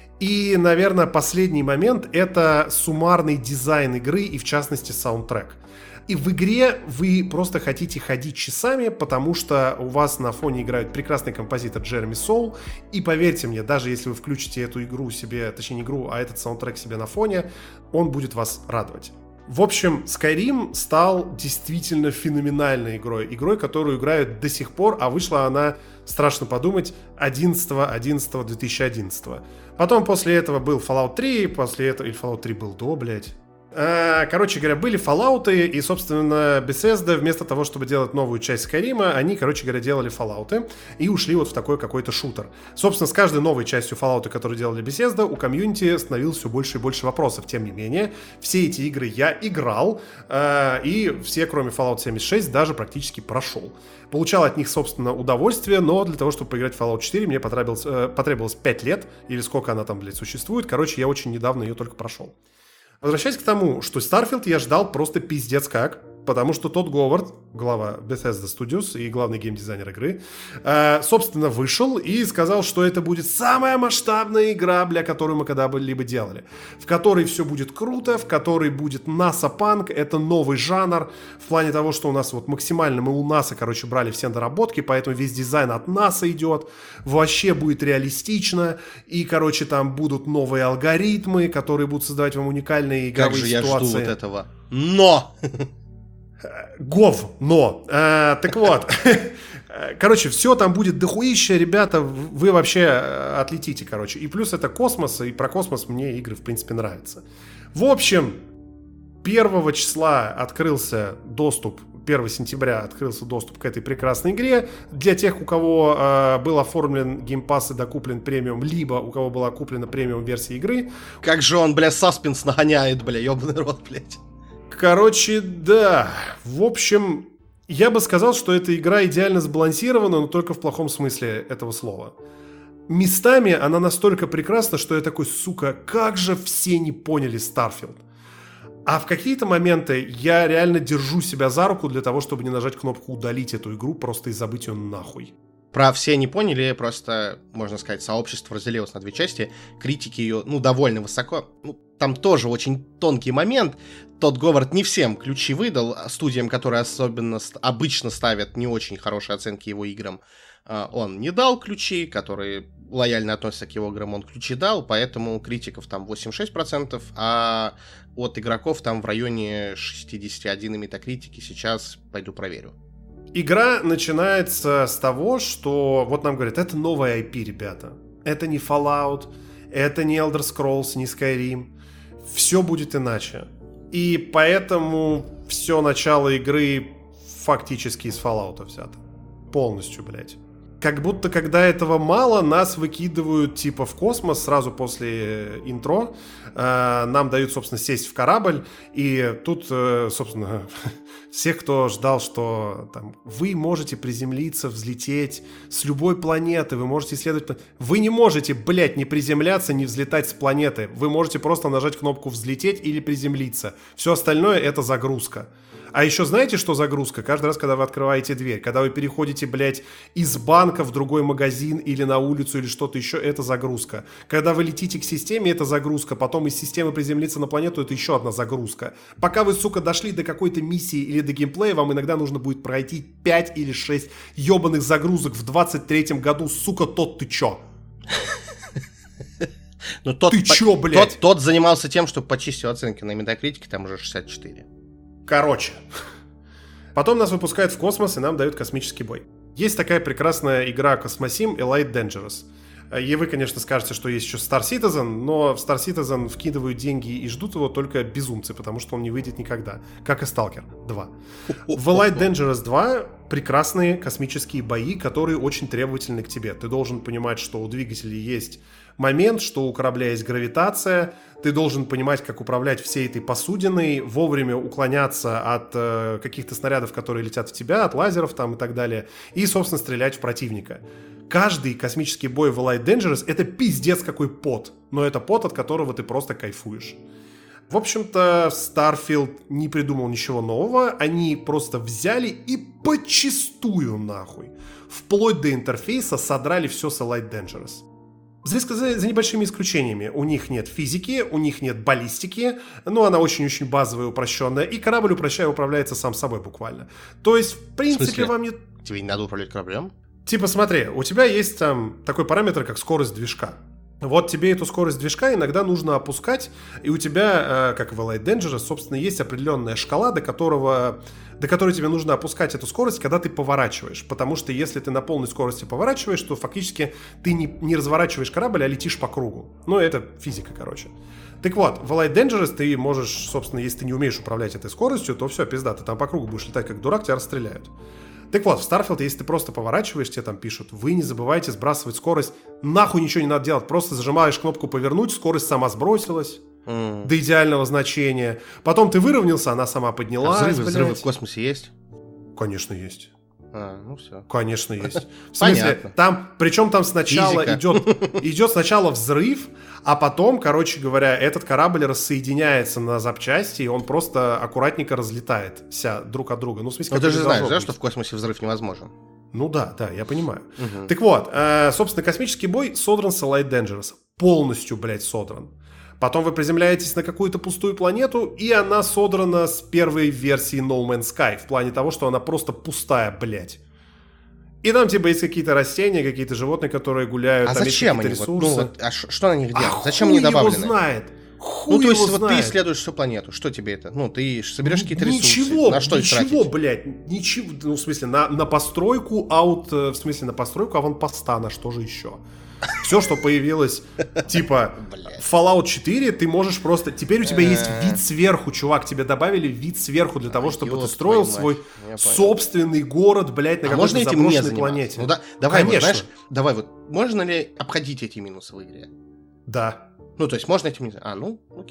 B: И, наверное, последний момент — это суммарный дизайн игры и, в частности, саундтрек. И в игре вы просто хотите ходить часами, потому что у вас на фоне играет прекрасный композитор Джереми Соул. И поверьте мне, даже если вы включите эту игру себе, точнее не игру, а этот саундтрек себе на фоне, он будет вас радовать. В общем, Skyrim стал действительно феноменальной игрой. Игрой, которую играют до сих пор, а вышла она, страшно подумать, одиннадцатого одиннадцатого две тысячи одиннадцатого. Потом после этого был Fallout три, после этого... Или Fallout три был до, блядь. Короче говоря, были Fallout'ы, и, собственно, Bethesda вместо того, чтобы делать новую часть Skyrim'а, они, короче говоря, делали Fallout'ы и ушли вот в такой какой-то шутер. Собственно, с каждой новой частью Fallout'а, которую делали Bethesda, у комьюнити становилось все больше и больше вопросов. Тем не менее, все эти игры я играл, и все, кроме Fallout семьдесят шесть, даже практически прошел. Получал от них, собственно, удовольствие, но для того, чтобы поиграть в Fallout четыре, мне потребовалось, потребовалось пять лет, или сколько она там, блядь, существует. Короче, я очень недавно ее только прошел. Возвращаясь к тому, что Starfield я ждал просто пиздец как, потому что Тодд Говард, глава Bethesda Studios и главный геймдизайнер игры, э, собственно, вышел и сказал, что это будет самая масштабная игра, бля, которую мы когда-либо делали, в которой все будет круто, в которой будет NASA-панк, это новый жанр, в плане того, что у нас вот максимально мы у NASA, короче, брали все наработки, поэтому весь дизайн от NASA идет, вообще будет реалистично, и, короче, там будут новые алгоритмы, которые будут создавать вам уникальные игровые ситуации.
A: Как же я жду вот этого. Но!
B: Говно. А, так вот. Короче, все там будет дохуища, ребята, вы вообще отлетите, короче. И плюс это космос, и про космос мне игры, в принципе, нравятся. В общем, первого числа открылся доступ, первого сентября открылся доступ к этой прекрасной игре. Для тех, у кого э, был оформлен геймпасс и докуплен премиум, либо у кого была куплена премиум версия игры.
A: Как же он, бля, саспенс нагоняет, бля, ёбаный рот, блядь.
B: Короче, да. В общем, Я бы сказал, что эта игра идеально сбалансирована, но только в плохом смысле этого слова. Местами она настолько прекрасна, что я такой, сука, как же все не поняли Starfield. А в какие-то моменты я реально держу себя за руку для того, чтобы не нажать кнопку «удалить» эту игру, просто и забыть ее нахуй.
A: Про все не поняли, просто, можно сказать, сообщество разделилось на две части. Критики ее, ну, довольно высоко. Ну, там тоже очень тонкий момент. Тодд Говард не всем ключи выдал, студиям, которые особенно обычно ставят не очень хорошие оценки его играм. Он не дал ключи, которые лояльно относятся к его играм, он ключи дал, поэтому критиков там восемьдесят шесть процентов, а от игроков там в районе шестьдесят один на Metacritic. Сейчас пойду проверю.
B: Игра начинается с того, что вот нам говорят, это новая ай пи, ребята. Это не Fallout, это не Elder Scrolls, не Skyrim. Все будет иначе. И поэтому все начало игры фактически из Fallout взято. Полностью, блядь. Как будто, когда этого мало, нас выкидывают типа в космос сразу после интро. Э, нам дают, собственно, сесть в корабль. И тут, э, собственно, всех, кто ждал, что там, вы можете приземлиться, взлететь с любой планеты, вы можете исследовать... Вы не можете, блядь, не приземляться, не взлетать с планеты. Вы можете просто нажать кнопку «взлететь» или «приземлиться». Все остальное — это загрузка. А еще знаете, что загрузка? Каждый раз, когда вы открываете дверь, когда вы переходите, блядь, из банка в другой магазин или на улицу или что-то еще, это загрузка. Когда вы летите к системе, это загрузка. Потом из системы приземлиться на планету, это еще одна загрузка. Пока вы, сука, дошли до какой-то миссии или до геймплея, вам иногда нужно будет пройти пять или шесть ебаных загрузок в двадцать третьем году. Сука, тот ты чё?
A: Ну, тот,
B: ты
A: по-
B: чё, блядь?
A: Тот, тот занимался тем, что почистил оценки на Metacritic, там уже шестьдесят четыре.
B: Короче. Потом нас выпускают в космос и нам дают космический бой. Есть такая прекрасная игра Cosmosim Elite Dangerous. И вы, конечно, скажете, что есть еще Star Citizen, но в Star Citizen вкидывают деньги и ждут его только безумцы, потому что он не выйдет никогда. Как и Stalker два. В Elite Dangerous два прекрасные космические бои, которые очень требовательны к тебе. Ты должен понимать, что у двигателей есть момент, что у корабля есть гравитация. Ты должен понимать, как управлять всей этой посудиной, вовремя уклоняться от э, каких-то снарядов, которые летят в тебя, от лазеров там и так далее. И, собственно, стрелять в противника. Каждый космический бой в Elite Dangerous — это пиздец какой пот. Но это пот, от которого ты просто кайфуешь. В общем-то, Starfield не придумал ничего нового. Они просто взяли и почистую нахуй, вплоть до интерфейса, содрали все с Elite Dangerous. За, за небольшими исключениями. У них нет физики, у них нет баллистики, но она очень-очень базовая, упрощенная, и корабль упрощая управляется сам собой буквально. То есть, в принципе,
A: В смысле?
B: вам не...
A: Тебе не надо управлять кораблем?
B: Типа, смотри, у тебя есть там такой параметр, как скорость движка. Вот тебе эту скорость движка иногда нужно опускать, и у тебя, э, как в Elite Dangerous, собственно, есть определенная шкала, до которого, до которой тебе нужно опускать эту скорость, когда ты поворачиваешь. Потому что если ты на полной скорости поворачиваешь, то фактически ты не, не разворачиваешь корабль, а летишь по кругу. Ну, это физика, короче. Так вот, в Elite Dangerous ты можешь, собственно, если ты не умеешь управлять этой скоростью, то все, пизда, ты там по кругу будешь летать как дурак, тебя расстреляют. Так вот, в Starfield, если ты просто поворачиваешь, тебе там пишут, вы не забывайте сбрасывать скорость, нахуй ничего не надо делать, просто зажимаешь кнопку повернуть, скорость сама сбросилась mm. до идеального значения, потом ты выровнялся, она сама поднялась.
A: А взрывы, взрывы в космосе есть?
B: Конечно, есть.
A: А, ну все.
B: Конечно, есть. В смысле,
A: Понятно.
B: Там, причем там сначала идет, идет сначала взрыв, а потом, короче говоря, этот корабль рассоединяется на запчасти, и он просто аккуратненько разлетается друг от друга. Ну, в смысле,
A: ну ты же знаешь, да,
B: быть.
A: что в космосе взрыв невозможен?
B: Ну да, да, я понимаю.
A: Угу.
B: Так вот, э, собственно, космический бой содран с Elite Dangerous. Полностью, блядь, содран. Потом вы приземляетесь на какую-то пустую планету, и она содрана с первой версии No Man's Sky, в плане того, что она просто пустая, блядь. И там типа есть какие-то растения, какие-то животные, которые гуляют,
A: а
B: там
A: зачем
B: есть какие-то
A: они?
B: ресурсы.
A: Вот, ну, вот, а ш- что на них делать?
B: А
A: зачем
B: хуй
A: они добавлены?
B: его знает. Хуй
A: ну, то есть,
B: его
A: вот
B: знает.
A: ты исследуешь всю планету. Что тебе это? Ну, ты соберешь какие-то
B: ничего,
A: ресурсы. На что их
B: ничего,
A: тратить?
B: блядь, ничего. Ну, в смысле, на, на постройку аут, в смысле, на постройку аванпоста, на что же еще? Все, что появилось, типа Fallout четыре, ты можешь просто... Теперь у тебя есть вид сверху, чувак. Тебе добавили вид сверху для того, чтобы ты строил свой собственный город, блядь, на какой-то заброшенной планете.
A: Ну да, давай, вот, знаешь, давай вот, можно ли обходить эти минусы в игре?
B: Да.
A: Ну, то есть можно эти минусы... А, ну, окей.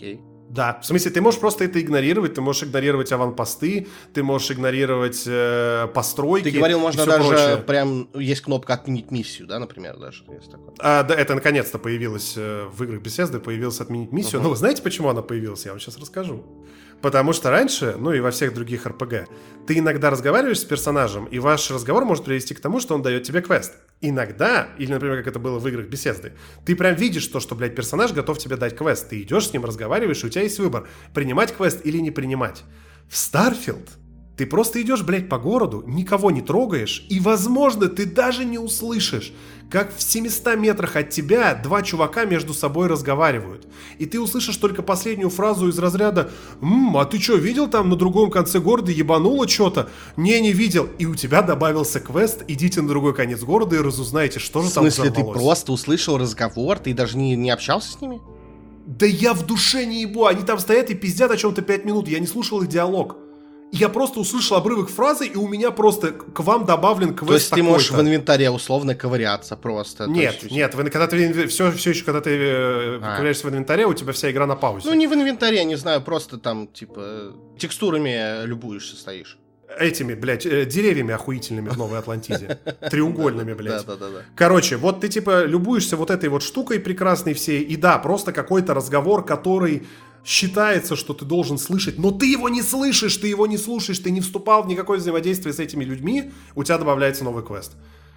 B: Да, в смысле, ты можешь просто это игнорировать, ты можешь игнорировать аванпосты, ты можешь игнорировать э, постройки.
A: Ты говорил, можно даже
B: прочее.
A: прям, есть кнопка «Отменить миссию», да, например, даже есть такое.
B: А, да, это наконец-то появилось э, в играх Bethesda, появилась «Отменить миссию». Uh-huh. Но вы знаете, почему она появилась? Я вам сейчас расскажу. Потому что раньше, ну и во всех других эр пи джи, ты иногда разговариваешь с персонажем, и ваш разговор может привести к тому, что он дает тебе квест. Иногда, или, например, как это было в играх Bethesda, ты прям видишь то, что, блядь, персонаж готов тебе дать квест. Ты идешь с ним, разговариваешь, и у тебя есть выбор, принимать квест или не принимать. В Starfield ты просто идешь, блядь, по городу, никого не трогаешь, и, возможно, ты даже не услышишь, как в семистах метрах от тебя два чувака между собой разговаривают. И ты услышишь только последнюю фразу из разряда «Ммм, а ты что, видел там на другом конце города ебануло что-то?» «Не, не видел». И у тебя добавился квест, идите на другой конец города и разузнайте, что же там взорвалось.
A: В смысле, ты просто услышал разговор, ты даже не, не общался с ними?
B: Да я в душе не ебу, они там стоят и пиздят о чем-то пять минут, я не слушал их диалог. Я просто услышал обрывок фразы, и у меня просто к вам добавлен квест.
A: То есть
B: такой-то.
A: ты можешь в инвентаре условно ковыряться просто?
B: Нет,
A: есть...
B: нет, когда ты все, все еще, когда ты а. ковыряешься в инвентаре, у тебя вся игра на паузе.
A: Ну не в инвентаре, я не знаю, просто там типа текстурами любуешься, стоишь.
B: Этими, блядь, деревьями охуительными в Новой Атлантиде. Треугольными, блядь.
A: Да, да, да.
B: Короче, вот ты типа любуешься вот этой вот штукой прекрасной всей, и да, просто какой-то разговор, который... считается, что ты должен слышать, но ты его не слышишь, ты его не слушаешь, ты не вступал в никакое взаимодействие с этими людьми, у тебя добавляется новый квест.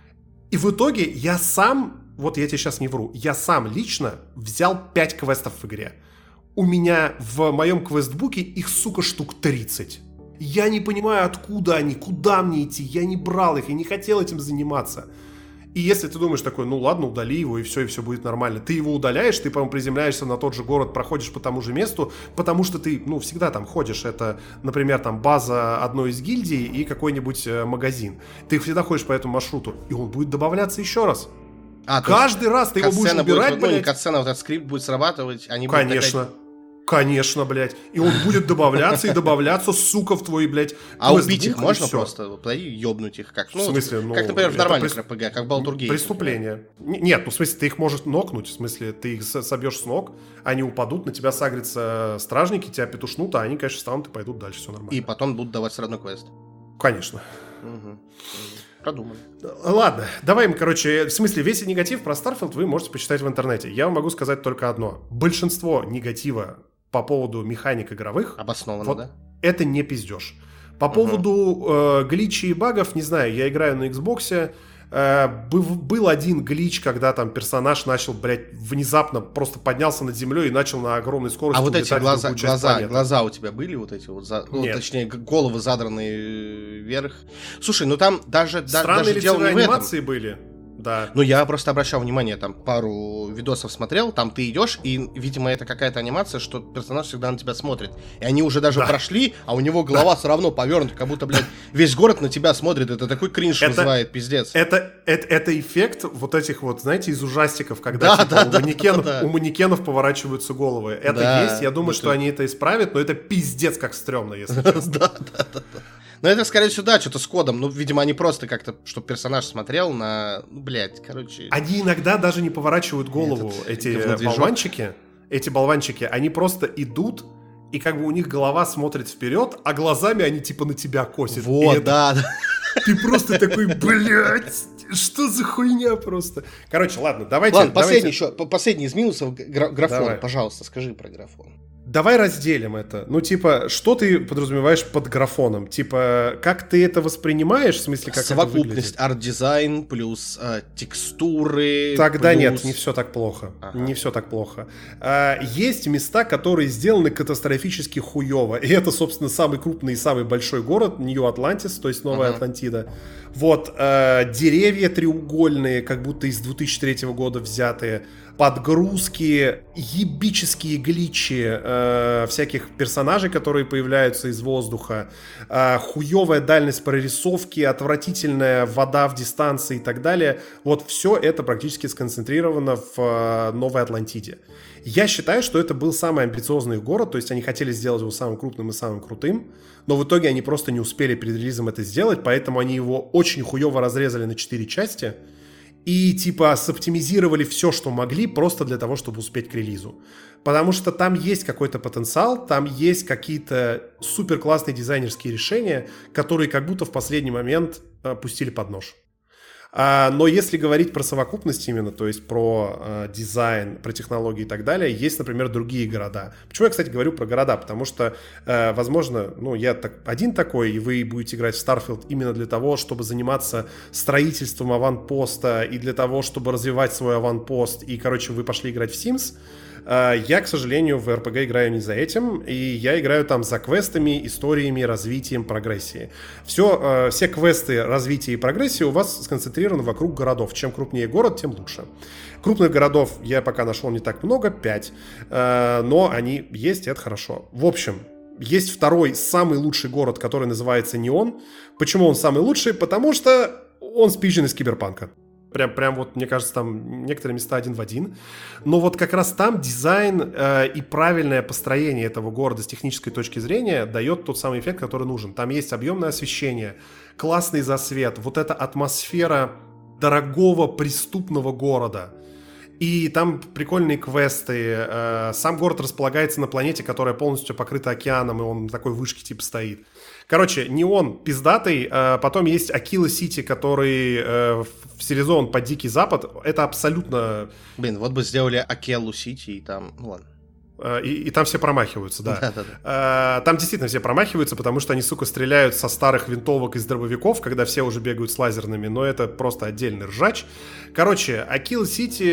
B: И в итоге я сам, вот я тебе сейчас не вру, я сам лично взял пять квестов в игре. У меня в моем квестбуке их, сука, штук тридцать. Я не понимаю, откуда они, куда мне идти, я не брал их, я не хотел этим заниматься. И если ты думаешь такой, ну ладно, удали его, и все, и все будет нормально. Ты его удаляешь, ты, по-моему, приземляешься на тот же город, проходишь по тому же месту, потому что ты, ну, всегда там ходишь. Это, например, там база одной из гильдий и какой-нибудь э, магазин. Ты всегда ходишь по этому маршруту, и он будет добавляться еще раз. А, Каждый раз ты его будешь убирать,
A: будет, ну, не катсцена, вот этот скрипт будет срабатывать, они будут...
B: Конечно. Конечно, блядь. И он будет добавляться и добавляться, сука, в твой, блядь,
A: а убить их можно просто? Подойди, ёбнуть их как?
B: Ну, в смысле, ну...
A: Как, например, в нормальных
B: прес...
A: эр пи джи, как в Baldur's Gate.
B: Преступление. Например. Нет, ну, в смысле, ты их можешь нокнуть, в смысле, ты их собьешь с ног, они упадут, на тебя сагрятся стражники, тебя петушнут, а они, конечно, встанут и пойдут дальше, все нормально.
A: И потом будут давать родной квест.
B: Конечно.
A: Угу. Продумано.
B: Ладно, давай, короче, в смысле, весь негатив про Starfield вы можете почитать в интернете. Я вам могу сказать только одно. Большинство негатива по поводу механик игровых...
A: Обоснованно,
B: вот
A: да?
B: Это не пиздеж. По uh-huh. поводу э, гличей и багов, не знаю, я играю на Xbox, э, был, был один глич, когда там персонаж начал, блядь, внезапно просто поднялся над землей и начал на огромной скорости
A: улетать. А вот эти глаза, глаза, глаза у тебя были вот эти вот, за, ну, точнее, головы задранные вверх? Слушай, ну там даже...
B: Странные
A: даже
B: лицевые анимации были. Да.
A: Ну, я просто обращал внимание, там, пару видосов смотрел, там ты идешь, и, видимо, это какая-то анимация, что персонаж всегда на тебя смотрит. И они уже даже да. прошли, а у него голова да. все равно повернута, как будто, блядь, весь город на тебя смотрит. Это такой кринж это, вызывает, пиздец.
B: Это, это, это эффект вот этих вот, знаете, из ужастиков, когда да, типа, да, у, да, манекенов, да, да. у манекенов поворачиваются головы. Это да, есть, я думаю, это... что они это исправят, но это пиздец как стрёмно, если честно.
A: Да, да, да. Ну, это, скорее всего, да, что-то с кодом. Ну, видимо, они просто как-то, чтобы персонаж смотрел на... Ну, блядь, короче...
B: Они иногда даже не поворачивают голову, Этот, эти болванчики. Эти болванчики, они просто идут, и как бы у них голова смотрит вперед, а глазами они типа на тебя косят.
A: Вот, это... да, да.
B: Ты просто такой, блядь, что за хуйня просто. Короче, ладно, давайте...
A: Ладно,
B: давайте...
A: последний еще, последний из минусов, гра- графон, Давай. Пожалуйста, скажи про графон.
B: Давай разделим это. Ну, типа, что ты подразумеваешь под графоном? Типа, как ты это воспринимаешь? В смысле, как это выглядит?
A: Совокупность арт-дизайн плюс э, текстуры.
B: Тогда
A: плюс...
B: нет, не все так плохо.
A: Ага.
B: Не все так плохо. А, есть места, которые сделаны катастрофически хуево. И это, собственно, самый крупный и самый большой город, Нью-Атлантис, то есть Новая ага. Атлантида. Вот, э, деревья треугольные, как будто из две тысячи третьего года взятые. Подгрузки, ебические гличи э, всяких персонажей, которые появляются из воздуха, э, хуевая дальность прорисовки, отвратительная вода в дистанции и так далее. Вот все это практически сконцентрировано в э, Новой Атлантиде. Я считаю, что это был самый амбициозный город, то есть они хотели сделать его самым крупным и самым крутым, но в итоге они просто не успели перед релизом это сделать, поэтому они его очень хуево разрезали на четыре части. и типа соптимизировали все, что могли, просто для того, чтобы успеть к релизу. Потому что там есть какой-то потенциал, там есть какие-то супер классные дизайнерские решения, которые как будто в последний момент э, пустили под нож. А, но если говорить про совокупность именно, то есть про э, дизайн, про технологии и так далее, есть, например, другие города. Почему я, кстати, говорю про города? Потому что, э, возможно, ну, я так, один такой, и вы будете играть в Starfield именно для того, чтобы заниматься строительством аванпоста и для того, чтобы развивать свой аванпост, и, короче, вы пошли играть в Sims. Я, к сожалению, в эр пи джи играю не за этим, и я играю там за квестами, историями, развитием, прогрессией. Все, все квесты развития и прогрессии у вас сконцентрированы вокруг городов. Чем крупнее город, тем лучше. Крупных городов я пока нашел не так много, пять, но они есть, и это хорошо. В общем, есть второй, самый лучший город, который называется Неон. Почему он самый лучший? Потому что он спизжен из Киберпанка. Прям, прям вот, мне кажется, там некоторые места один в один. Но вот как раз там дизайн э, и правильное построение этого города с технической точки зрения дает тот самый эффект, который нужен. Там есть объемное освещение, классный засвет, вот эта атмосфера дорогого преступного города. И там прикольные квесты. Э, сам город располагается на планете, которая полностью покрыта океаном, и он на такой вышке типа стоит. Короче, Неон пиздатый, э, потом есть Акила Сити, который э, стилизован под Дикий Запад. Это абсолютно...
A: Блин, вот бы сделали Акелу Сити и там... Ну ладно.
B: Э, и, и там все промахиваются, да.
A: Да-да-да.
B: Э, там действительно все промахиваются, потому что они, сука, стреляют со старых винтовок из дробовиков, когда все уже бегают с лазерными, но это просто отдельный ржач. Короче, Акила Сити...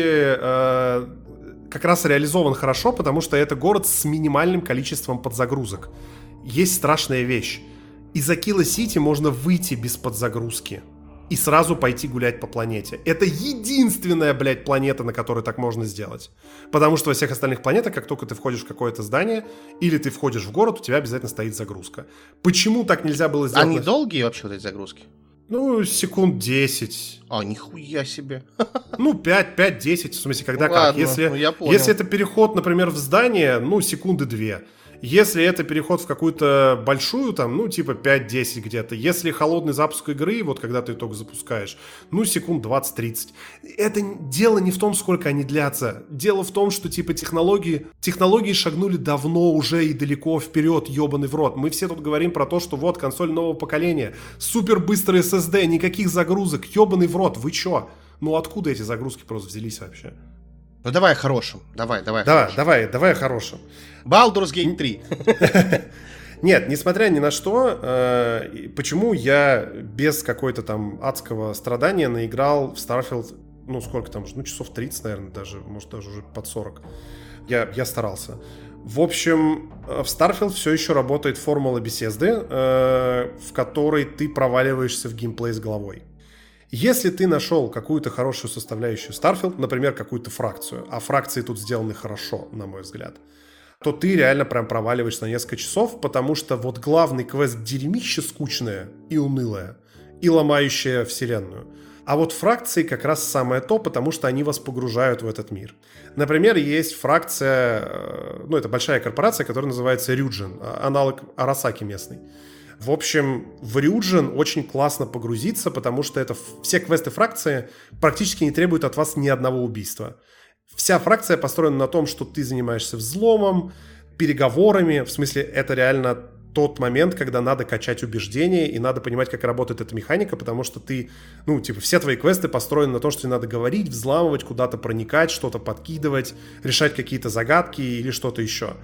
B: Э, как раз реализован хорошо, потому что это город с минимальным количеством подзагрузок. Есть страшная вещь. Из Акила Сити можно выйти без подзагрузки и сразу пойти гулять по планете. Это единственная, блядь, планета, на которой так можно сделать. Потому что во всех остальных планетах, как только ты входишь в какое-то здание или ты входишь в город, у тебя обязательно стоит загрузка. Почему так нельзя было сделать?
A: Они долгие вообще вот эти загрузки?
B: Ну, секунд десять.
A: А, нихуя себе.
B: Ну, пять-десять, в смысле, когда
A: ну,
B: как.
A: Ладно,
B: если,
A: ну, я понял.
B: если это переход, например, в здание, ну, секунды две. Если это переход в какую-то большую, там, ну, типа пять-десять где-то. Если холодный запуск игры, вот когда ты только запускаешь, ну, секунд двадцать-тридцать. Это дело не в том, сколько они длятся. Дело в том, что, типа, технологии, технологии шагнули давно уже и далеко вперед, ебаный в рот. Мы все тут говорим про то, что вот консоль нового поколения, супер быстрый эс эс ди, никаких загрузок, ебаный в рот, вы чё? Ну, откуда эти загрузки просто взялись вообще?
A: Ну, давай о хорошем. Давай, давай.
B: Давай,
A: хорошем.
B: давай, давай о хорошем.
A: Baldur's Gate три.
B: Нет, несмотря ни на что, э, почему я без какой-то там адского страдания наиграл в Starfield, ну, сколько там, ну, часов тридцать, наверное, даже, может, даже уже под сорок. Я, я старался. В общем, в Starfield все еще работает формула Bethesda, э, в которой ты проваливаешься в геймплей с головой. Если ты нашел какую-то хорошую составляющую Starfield, например, какую-то фракцию, а фракции тут сделаны хорошо, на мой взгляд, то ты реально прям проваливаешься на несколько часов, потому что вот главный квест дерьмище скучное и унылое, и ломающее вселенную. А вот фракции как раз самое то, потому что они вас погружают в этот мир. Например, есть фракция, ну это большая корпорация, которая называется Ryujin, аналог Арасаки местный. В общем, в Ryujin очень классно погрузиться, потому что это все квесты фракции практически не требуют от вас ни одного убийства. Вся фракция построена на том, что ты занимаешься взломом, переговорами. В смысле, это реально тот момент, когда надо качать убеждения и надо понимать, как работает эта механика, потому что ты, ну, типа, все твои квесты построены на том, что тебе надо говорить, взламывать, куда-то проникать, что-то подкидывать, решать какие-то загадки или что-то еще.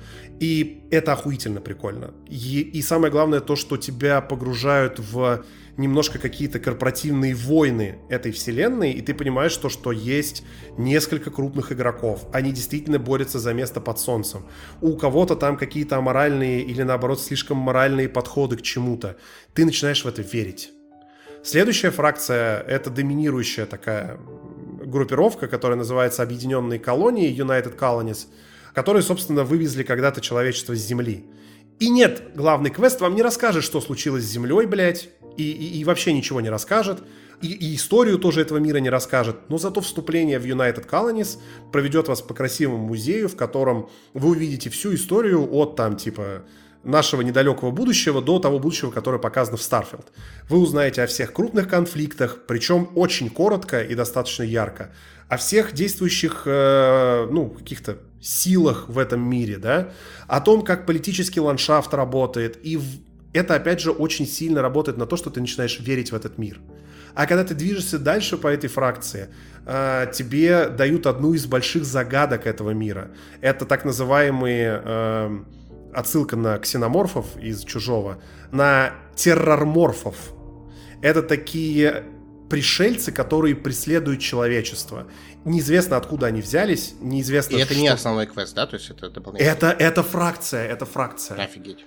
B: И это охуительно прикольно. И, и самое главное то, что тебя погружают в немножко какие-то корпоративные войны этой вселенной, и ты понимаешь то, что есть несколько крупных игроков. Они действительно борются за место под солнцем. У кого-то там какие-то аморальные или, наоборот, слишком моральные подходы к чему-то. Ты начинаешь в это верить. Следующая фракция — это доминирующая такая группировка, которая называется Объединенные колонии, United Colonies, которые, собственно, вывезли когда-то человечество с Земли. И нет, главный квест вам не расскажет, что случилось с Землей, блядь, и, и, и вообще ничего не расскажет, и, и историю тоже этого мира не расскажет, но зато вступление в United Colonies проведет вас по красивому музею, в котором вы увидите всю историю от там типа нашего недалекого будущего до того будущего, которое показано в Starfield. Вы узнаете о всех крупных конфликтах, причем очень коротко и достаточно ярко, о всех действующих, э, ну, каких-то силах в этом мире, да, о том, как политический ландшафт работает, и в... это, опять же, очень сильно работает на то, что ты начинаешь верить в этот мир. А когда ты движешься дальше по этой фракции, э, тебе дают одну из больших загадок этого мира. Это так называемые... Э, отсылка на ксеноморфов из «Чужого», на террорморфов. Это такие пришельцы, которые преследуют человечество. Неизвестно, откуда они взялись, неизвестно...
A: И это
B: что...
A: не основной квест, да? То есть это дополнительный?
B: Это, это фракция, это фракция.
A: Офигеть.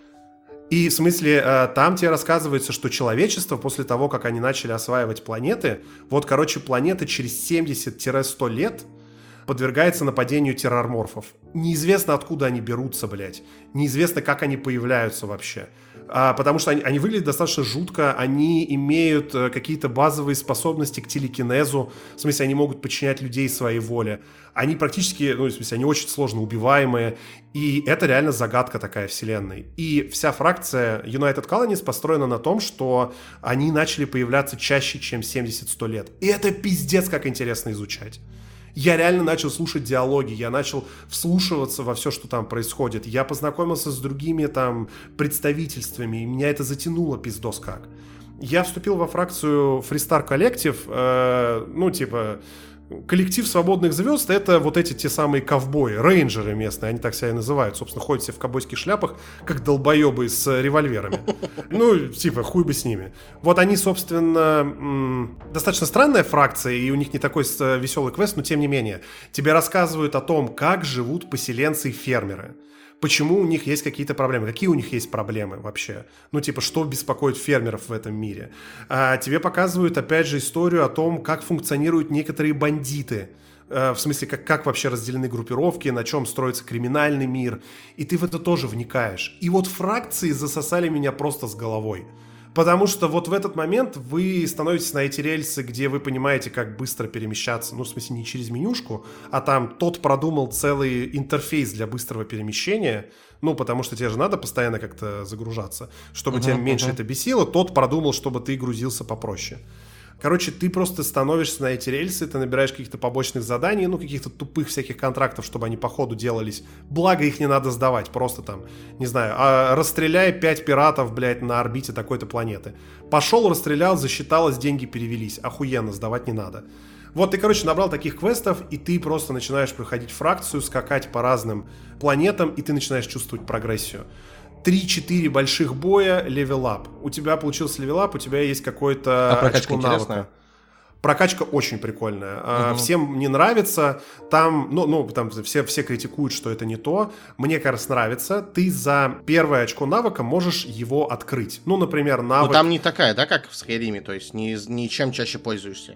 B: И в смысле, там тебе рассказывается, что человечество после того, как они начали осваивать планеты, вот, короче, планета через семьдесят-сто лет подвергается нападению террорморфов. Неизвестно, откуда они берутся, блядь. Неизвестно, как они появляются вообще. А, потому что они, они выглядят достаточно жутко, они имеют э, какие-то базовые способности к телекинезу, в смысле, они могут подчинять людей своей воле. Они практически, ну, в смысле, они очень сложно убиваемые, и это реально загадка такая вселенной. И вся фракция United Colonies построена на том, что они начали появляться чаще, чем семьдесят-сто лет. И это пиздец, как интересно изучать. Я реально начал слушать диалоги, я начал вслушиваться во все, что там происходит. Я познакомился с другими там представительствами, и меня это затянуло пиздос как. Я вступил во фракцию Freestar Collective, э, ну типа... Коллектив свободных звезд — это вот эти те самые ковбои, рейнджеры местные, они так себя и называют. Собственно, ходят все в ковбойских шляпах, как долбоебы с револьверами. Ну, типа, хуй бы с ними. Вот они, собственно, м- достаточно странная фракция, и у них не такой веселый квест, но тем не менее. Тебе рассказывают о том, как живут поселенцы и фермеры. Почему у них есть какие-то проблемы? Какие у них есть проблемы вообще? Ну, типа, что беспокоит фермеров в этом мире? А, тебе показывают, опять же, историю о том, как функционируют некоторые бандиты. А, в смысле, как, как вообще разделены группировки, на чем строится криминальный мир. И ты в это тоже вникаешь. И вот фракции засосали меня просто с головой. Потому что вот в этот момент вы становитесь на эти рельсы, где вы понимаете, как быстро перемещаться. Ну, в смысле, не через менюшку, а там тот продумал целый интерфейс для быстрого перемещения. Ну, потому что тебе же надо постоянно как-то загружаться. Чтобы uh-huh, тебя меньше uh-huh. это бесило, тот продумал, чтобы ты грузился попроще. Короче, ты просто становишься на эти рельсы, ты набираешь каких-то побочных заданий, ну, каких-то тупых всяких контрактов, чтобы они по ходу делались. Благо, их не надо сдавать, просто там, не знаю, а расстреляй пять пиратов, блядь, на орбите такой-то планеты. Пошел, расстрелял, засчиталось, деньги перевелись. Охуенно, сдавать не надо. Вот ты, короче, набрал таких квестов, и ты просто начинаешь проходить фракцию, скакать по разным планетам, и ты начинаешь чувствовать прогрессию. три-четыре больших боя, левелап. У тебя получился левелап, у тебя есть какой-то
A: а
B: очко навыка. Прокачка очень прикольная. Угу. Всем не нравится. Там, ну, ну, там все, все критикуют, что это не то. Мне, кажется, нравится. Ты за первое очко навыка можешь его открыть. Ну, например, навык...
A: Ну, там не такая, да, как в Скайриме? То есть ни, ничем чаще пользуешься?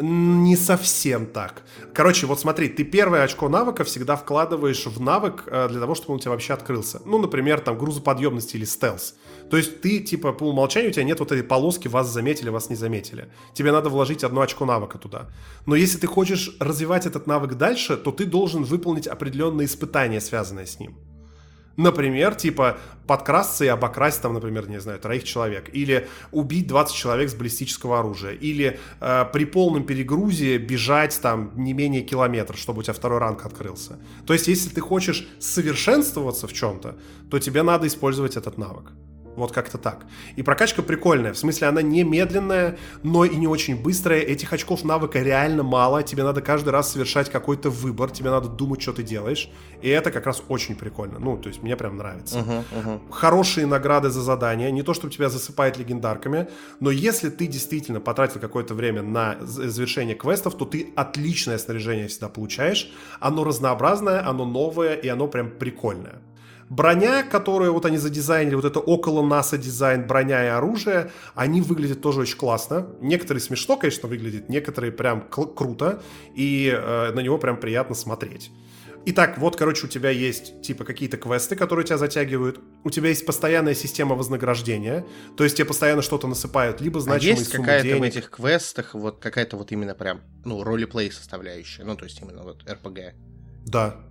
B: Не совсем так. Короче, вот смотри, ты первое очко навыка всегда вкладываешь в навык для того, чтобы он у тебя вообще открылся. Ну, например, там, грузоподъемность или стелс. То есть ты, типа, по умолчанию у тебя нет вот этой полоски «вас заметили, вас не заметили». Тебе надо вложить одно очко навыка туда. Но если ты хочешь развивать этот навык дальше, то ты должен выполнить определенные испытания, связанные с ним. Например, типа, подкрасться и обокрасть, там, например, не знаю, троих человек. Или убить двадцать человек с баллистического оружия. Или э, при полном перегрузе бежать, там, не менее километра, чтобы у тебя второй ранг открылся. То есть, если ты хочешь совершенствоваться в чем-то, то тебе надо использовать этот навык. Вот как-то так. И прокачка прикольная. В смысле, она не медленная, но и не очень быстрая. Этих очков навыка реально мало. Тебе надо каждый раз совершать какой-то выбор. Тебе надо думать, что ты делаешь. И это как раз очень прикольно. Ну, то есть, мне прям нравится. Uh-huh, uh-huh. Хорошие награды за задания. Не то, чтобы тебя засыпает легендарками. Но если ты действительно потратил какое-то время на завершение квестов, то ты отличное снаряжение всегда получаешь. Оно разнообразное, оно новое, и оно прям прикольное. Броня, которую вот они задизайнили, вот это около НАСА дизайн, броня и оружие, они выглядят тоже очень классно. Некоторые смешно, конечно, выглядят, некоторые прям кл- круто, и э, на него прям приятно смотреть. Итак, вот, короче, у тебя есть, типа, какие-то квесты, которые тебя затягивают. У тебя есть постоянная система вознаграждения, то есть тебе постоянно что-то насыпают, либо значимые
A: суммы денег. А есть какая-то денег. В этих квестах, вот какая-то вот именно прям, ну, ролеплей составляющая, ну, то есть именно вот эр пи джи?
B: Да.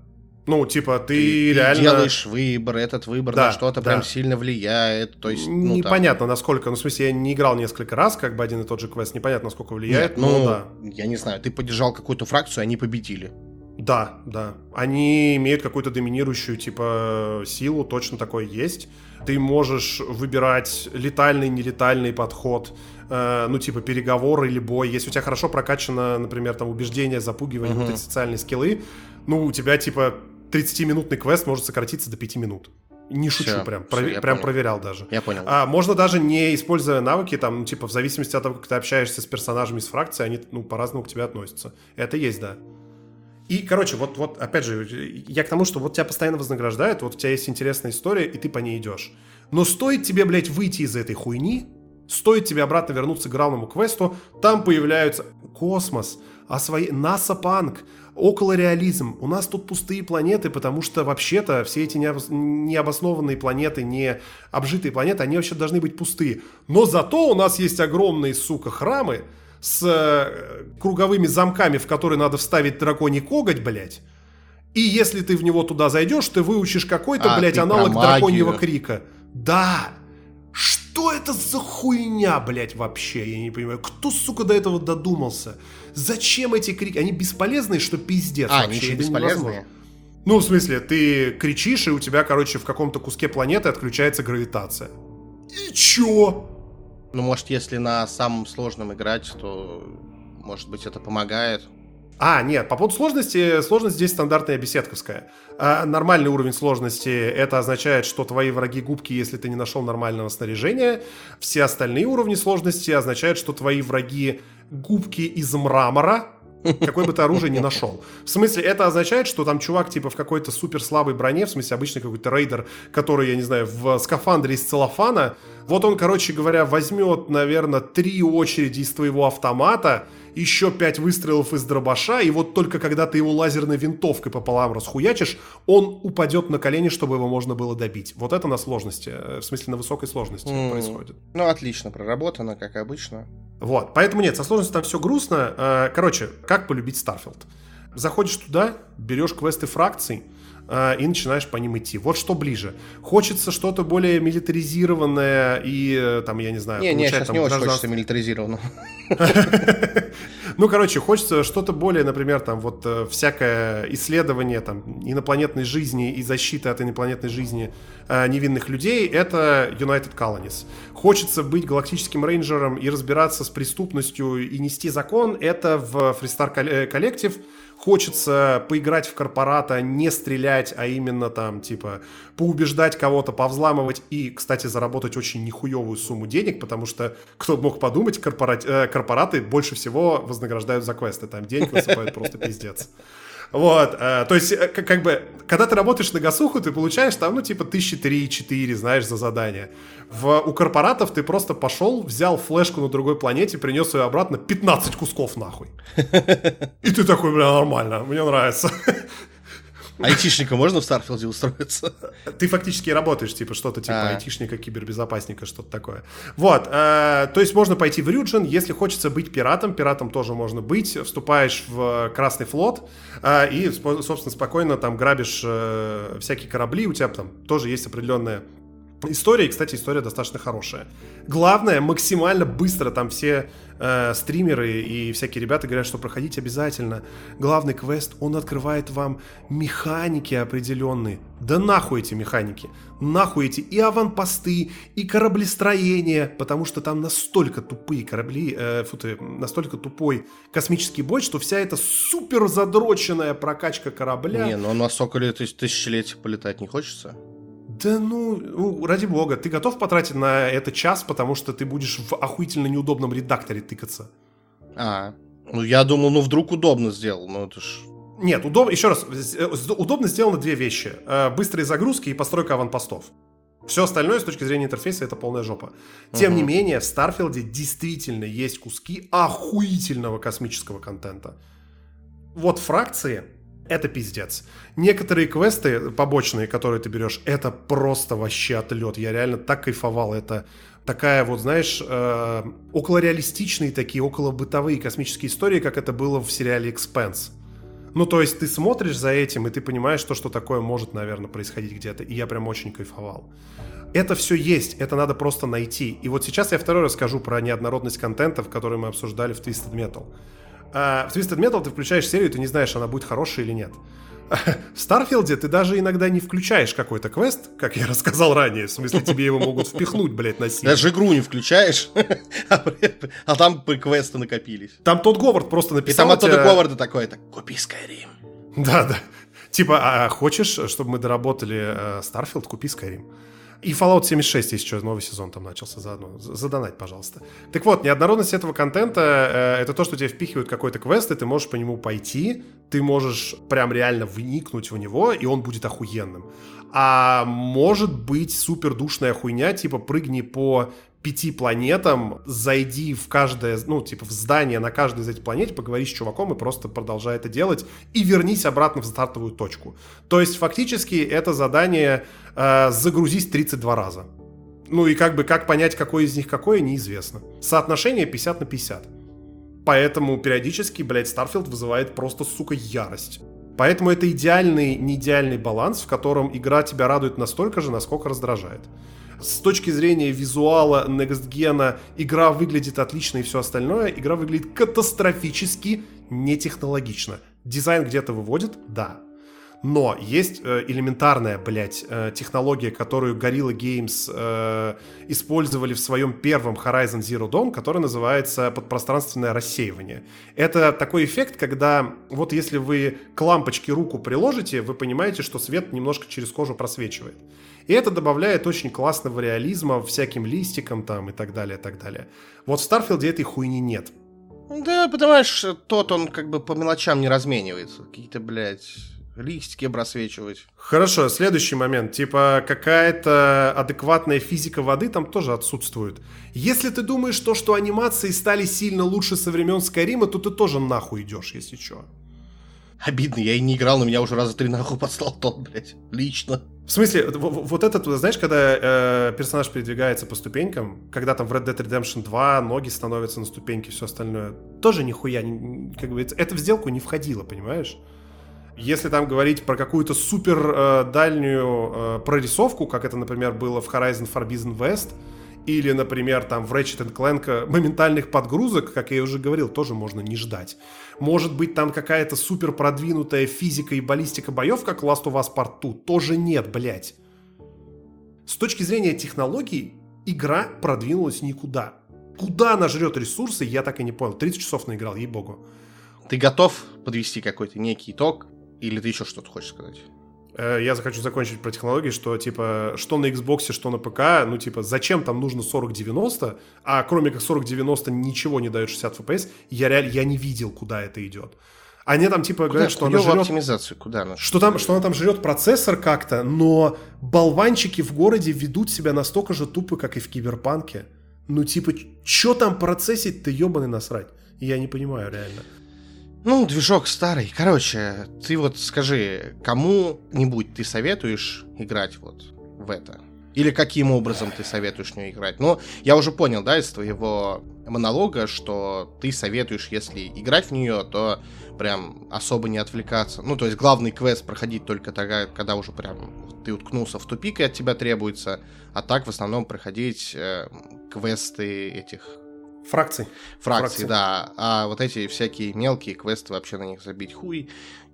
B: Ну, типа, ты,
A: ты
B: реально...
A: Ты делаешь выбор, этот выбор да, на что-то да. прям сильно влияет. То есть, ну,
B: непонятно,
A: там...
B: насколько. Ну, в смысле, я не играл несколько раз, как бы один и тот же квест. Непонятно, насколько влияет,
A: Нет, ну,
B: но да.
A: Я не знаю, ты поддержал какую-то фракцию, они победили.
B: Да, да. Они имеют какую-то доминирующую, типа, силу, точно такое есть. Ты можешь выбирать летальный, нелетальный подход, э, ну, типа, переговоры или бой. Если у тебя хорошо прокачано, например, там, убеждение, запугивание, uh-huh. вот эти социальные скиллы, ну, у тебя, типа, тридцатиминутный квест может сократиться до пяти минут. Не шучу, все, прям, все, провер, прям проверял даже.
A: Я понял.
B: А, можно даже не используя навыки, там, ну, типа, в зависимости от того, как ты общаешься с персонажами из фракции, они, ну, по-разному к тебе относятся. Это есть, да. И, короче, вот, вот, опять же, я к тому, что вот тебя постоянно вознаграждают, вот у тебя есть интересная история, и ты по ней идешь. Но стоит тебе, блядь, выйти из этой хуйни, стоит тебе обратно вернуться к главному квесту, там появляются космос, а свои... НАСА-панк, околореализм. У нас тут пустые планеты, потому что вообще-то все эти необоснованные планеты, не обжитые планеты, они вообще должны быть пустые. Но зато у нас есть огромные, сука, храмы, с э, круговыми замками, в которые надо вставить драконий коготь, блядь. И если ты в него туда зайдешь, ты выучишь какой-то, а, блядь, аналог драконьего крика. Да! Что это за хуйня, блядь, вообще? Я не понимаю. Кто, сука, до этого додумался? Зачем эти крики? Они бесполезные, что пиздец
A: а,
B: вообще?
A: Они еще бесполезные?
B: Ну, в смысле, ты кричишь, и у тебя, короче, в каком-то куске планеты отключается гравитация. И чё?
A: Ну, может, если на самом сложном играть, то, может быть, это помогает.
B: А, нет, по поводу сложности, сложность здесь стандартная беседковская. А нормальный уровень сложности, это означает, что твои враги губки, если ты не нашел нормального снаряжения. Все остальные уровни сложности означают, что твои враги губки из мрамора, какое бы ты оружие ни нашел. В смысле, это означает, что там чувак типа в какой-то супер слабой броне, в смысле обычный какой-то рейдер, который, я не знаю, в скафандре из целлофана, вот он, короче говоря, возьмет, наверное, три очереди из твоего автомата, еще пять выстрелов из дробаша, и вот только когда ты его лазерной винтовкой пополам расхуячишь, он упадет на колени, чтобы его можно было добить. Вот это на сложности, в смысле на высокой сложности mm. происходит.
A: Ну, отлично, проработано, как обычно.
B: Вот, поэтому нет, со сложностью там все грустно. Короче, как полюбить Starfield? Заходишь туда, берешь квесты фракций и начинаешь по ним идти. Вот что ближе. Хочется что-то более милитаризированное и, там, я не знаю...
A: Не, не, сейчас не очень хочется милитаризированного.
B: Ну, короче, хочется что-то более, например, там, вот всякое исследование там инопланетной жизни и защиты от инопланетной жизни невинных людей. Это United Colonies. Хочется быть галактическим рейнджером и разбираться с преступностью и нести закон. Это в Freestar Collective. Хочется поиграть в корпората, не стрелять, а именно там, типа, поубеждать кого-то, повзламывать и, кстати, заработать очень нихуевую сумму денег, потому что, кто мог подумать, корпорат, э, корпораты больше всего вознаграждают за квесты, там денег высыпают просто пиздец. Вот, э, то есть, э, как, как бы, когда ты работаешь на гасуху, ты получаешь там, ну, типа, тысячи три-четыре, знаешь, за задание. В, у корпоратов ты просто пошел, взял флешку на другой планете, принес ее обратно, пятнадцать кусков нахуй. И ты такой, бля, нормально, мне нравится.
A: Айтишника можно в Старфилде устроиться?
B: Ты фактически работаешь, типа, что-то типа а. айтишника, кибербезопасника, что-то такое. Вот, э, то есть можно пойти в Рюджин, если хочется быть пиратом, пиратом тоже можно быть, вступаешь в Красный флот э, и, собственно, спокойно там грабишь э, всякие корабли, у тебя там тоже есть определенная история, и, кстати, история достаточно хорошая. Главное, максимально быстро там все э, стримеры и всякие ребята говорят, что проходить обязательно. Главный квест, он открывает вам механики определенные. Да нахуй эти механики. Нахуй эти и аванпосты, и кораблестроение, потому что там настолько тупые корабли, э, фу ты, настолько тупой космический бой, что вся эта супер задроченная прокачка корабля...
A: Не, ну а на Соколе тысячелетия полетать не хочется?
B: Да ну, ну, ради бога, ты готов потратить на это час, потому что ты будешь в охуительно неудобном редакторе тыкаться?
A: А, ну я думал, ну вдруг удобно сделал, ну это ж...
B: Нет, удоб... еще раз, удобно сделано две вещи. Быстрые загрузки и постройка аванпостов. Все остальное с точки зрения интерфейса это полная жопа. Тем uh-huh. не менее, в Старфилде действительно есть куски охуительного космического контента. Вот фракции... Это пиздец. Некоторые квесты побочные, которые ты берешь, это просто вообще отлет. Я реально так кайфовал. Это такая вот, знаешь, э, околореалистичные такие, околобытовые космические истории, как это было в сериале «Экспенс». Ну, то есть ты смотришь за этим, и ты понимаешь то, что такое может, наверное, происходить где-то. И я прям очень кайфовал. Это все есть, это надо просто найти. И вот сейчас я второй раз скажу про неоднородность контента, который мы обсуждали в Twisted Metal. А в Twisted Metal ты включаешь серию, ты не знаешь, она будет хорошая или нет. В Старфилде ты даже иногда не включаешь какой-то квест, как я рассказал ранее. В смысле, тебе его могут впихнуть, блядь, на силу.
A: Даже игру не включаешь, а там квесты накопились.
B: Там тот Говард просто написал...
A: И там оттуда Говарда такой, так, купи Skyrim.
B: Да-да. Типа, а хочешь, чтобы мы доработали Старфилд, купи Skyrim. И Fallout семьдесят шесть, если что, новый сезон там начался заодно. Задонать, пожалуйста. Так вот, неоднородность этого контента э, это то, что тебе впихивают какой-то квест, и ты можешь по нему пойти, ты можешь прям реально вникнуть в него, и он будет охуенным. А может быть супер душная хуйня, типа прыгни по пяти планетам, зайди в каждое, ну, типа в здание на каждой из этих планет, поговори с чуваком и просто продолжай это делать, и вернись обратно в стартовую точку. То есть фактически это задание э, загрузись тридцать два раза. Ну и как бы как понять, какой из них какой, неизвестно. Соотношение пятьдесят на пятьдесят. Поэтому периодически, блядь, Starfield вызывает просто, сука, ярость. Поэтому это идеальный, не идеальный баланс, в котором игра тебя радует настолько же, насколько раздражает. С точки зрения визуала, некстгена, игра выглядит отлично и все остальное. Игра выглядит катастрофически нетехнологично. Дизайн где-то выводит? Да. Но есть э, элементарная, блядь, э, технология, которую Guerrilla Games э, использовали в своем первом Horizon Zero Dawn, которая называется подпространственное рассеивание. Это такой эффект, когда вот если вы к лампочке руку приложите, вы понимаете, что свет немножко через кожу просвечивает. И это добавляет очень классного реализма всяким листикам там и так далее, и так далее. Вот в Старфилде этой хуйни нет.
A: Да, понимаешь, тот он как бы по мелочам не разменивается. Какие-то, блядь, листики просвечивать.
B: Хорошо, следующий момент. Типа какая-то адекватная физика воды там тоже отсутствует. Если ты думаешь, то, что анимации стали сильно лучше со времен Скайрима, то ты тоже нахуй идешь, если что.
A: Обидно, я и не играл, но меня уже раза три нахуй послал тот, блядь, лично.
B: В смысле, вот это, знаешь, когда э, персонаж передвигается по ступенькам, когда там в Red Dead Redemption два ноги становятся на ступеньки, все остальное, тоже нихуя, не, как бы, это в сделку не входило, понимаешь? Если там говорить про какую-то супер э, дальнюю э, прорисовку, как это, например, было в Horizon Forbidden West, или, например, там в Ratchet энд Clank моментальных подгрузок, как я уже говорил, тоже можно не ждать. Может быть, там какая-то супер продвинутая физика и баллистика боев, как Last of Us Part два, тоже нет, блять. С точки зрения технологий, игра продвинулась никуда. Куда она жрет ресурсы, я так и не понял. тридцать часов наиграл, ей-богу.
A: Ты готов подвести какой-то некий итог? Или ты еще что-то хочешь сказать?
B: Я захочу закончить про технологии, что, типа, что на Xbox, что на ПК, ну, типа, зачем там нужно сорок девяносто, а кроме как сорок девяносто ничего не дает шестьдесят эф пи эс, я реально, я не видел, куда это идет. Они там, типа,
A: куда,
B: говорят, что она жрет...
A: оптимизацию, куда она?
B: Что, там, что она там жрет процессор как-то, но болванчики в городе ведут себя настолько же тупо, как и в Киберпанке. Ну, типа, что там процессить-то, ебаный насрать? Я не понимаю, реально.
A: Ну, движок старый. Короче, ты вот скажи, кому-нибудь ты советуешь играть вот в это? Или каким образом ты советуешь в нее играть? Ну, я уже понял, да, из твоего монолога, что ты советуешь, если играть в нее, то прям особо не отвлекаться. Ну, то есть главный квест проходить только тогда, когда уже прям ты уткнулся в тупик и от тебя требуется, а так в основном проходить э, квесты этих...
B: Фракций.
A: Фракции, да. А вот эти всякие мелкие квесты, вообще на них забить хуй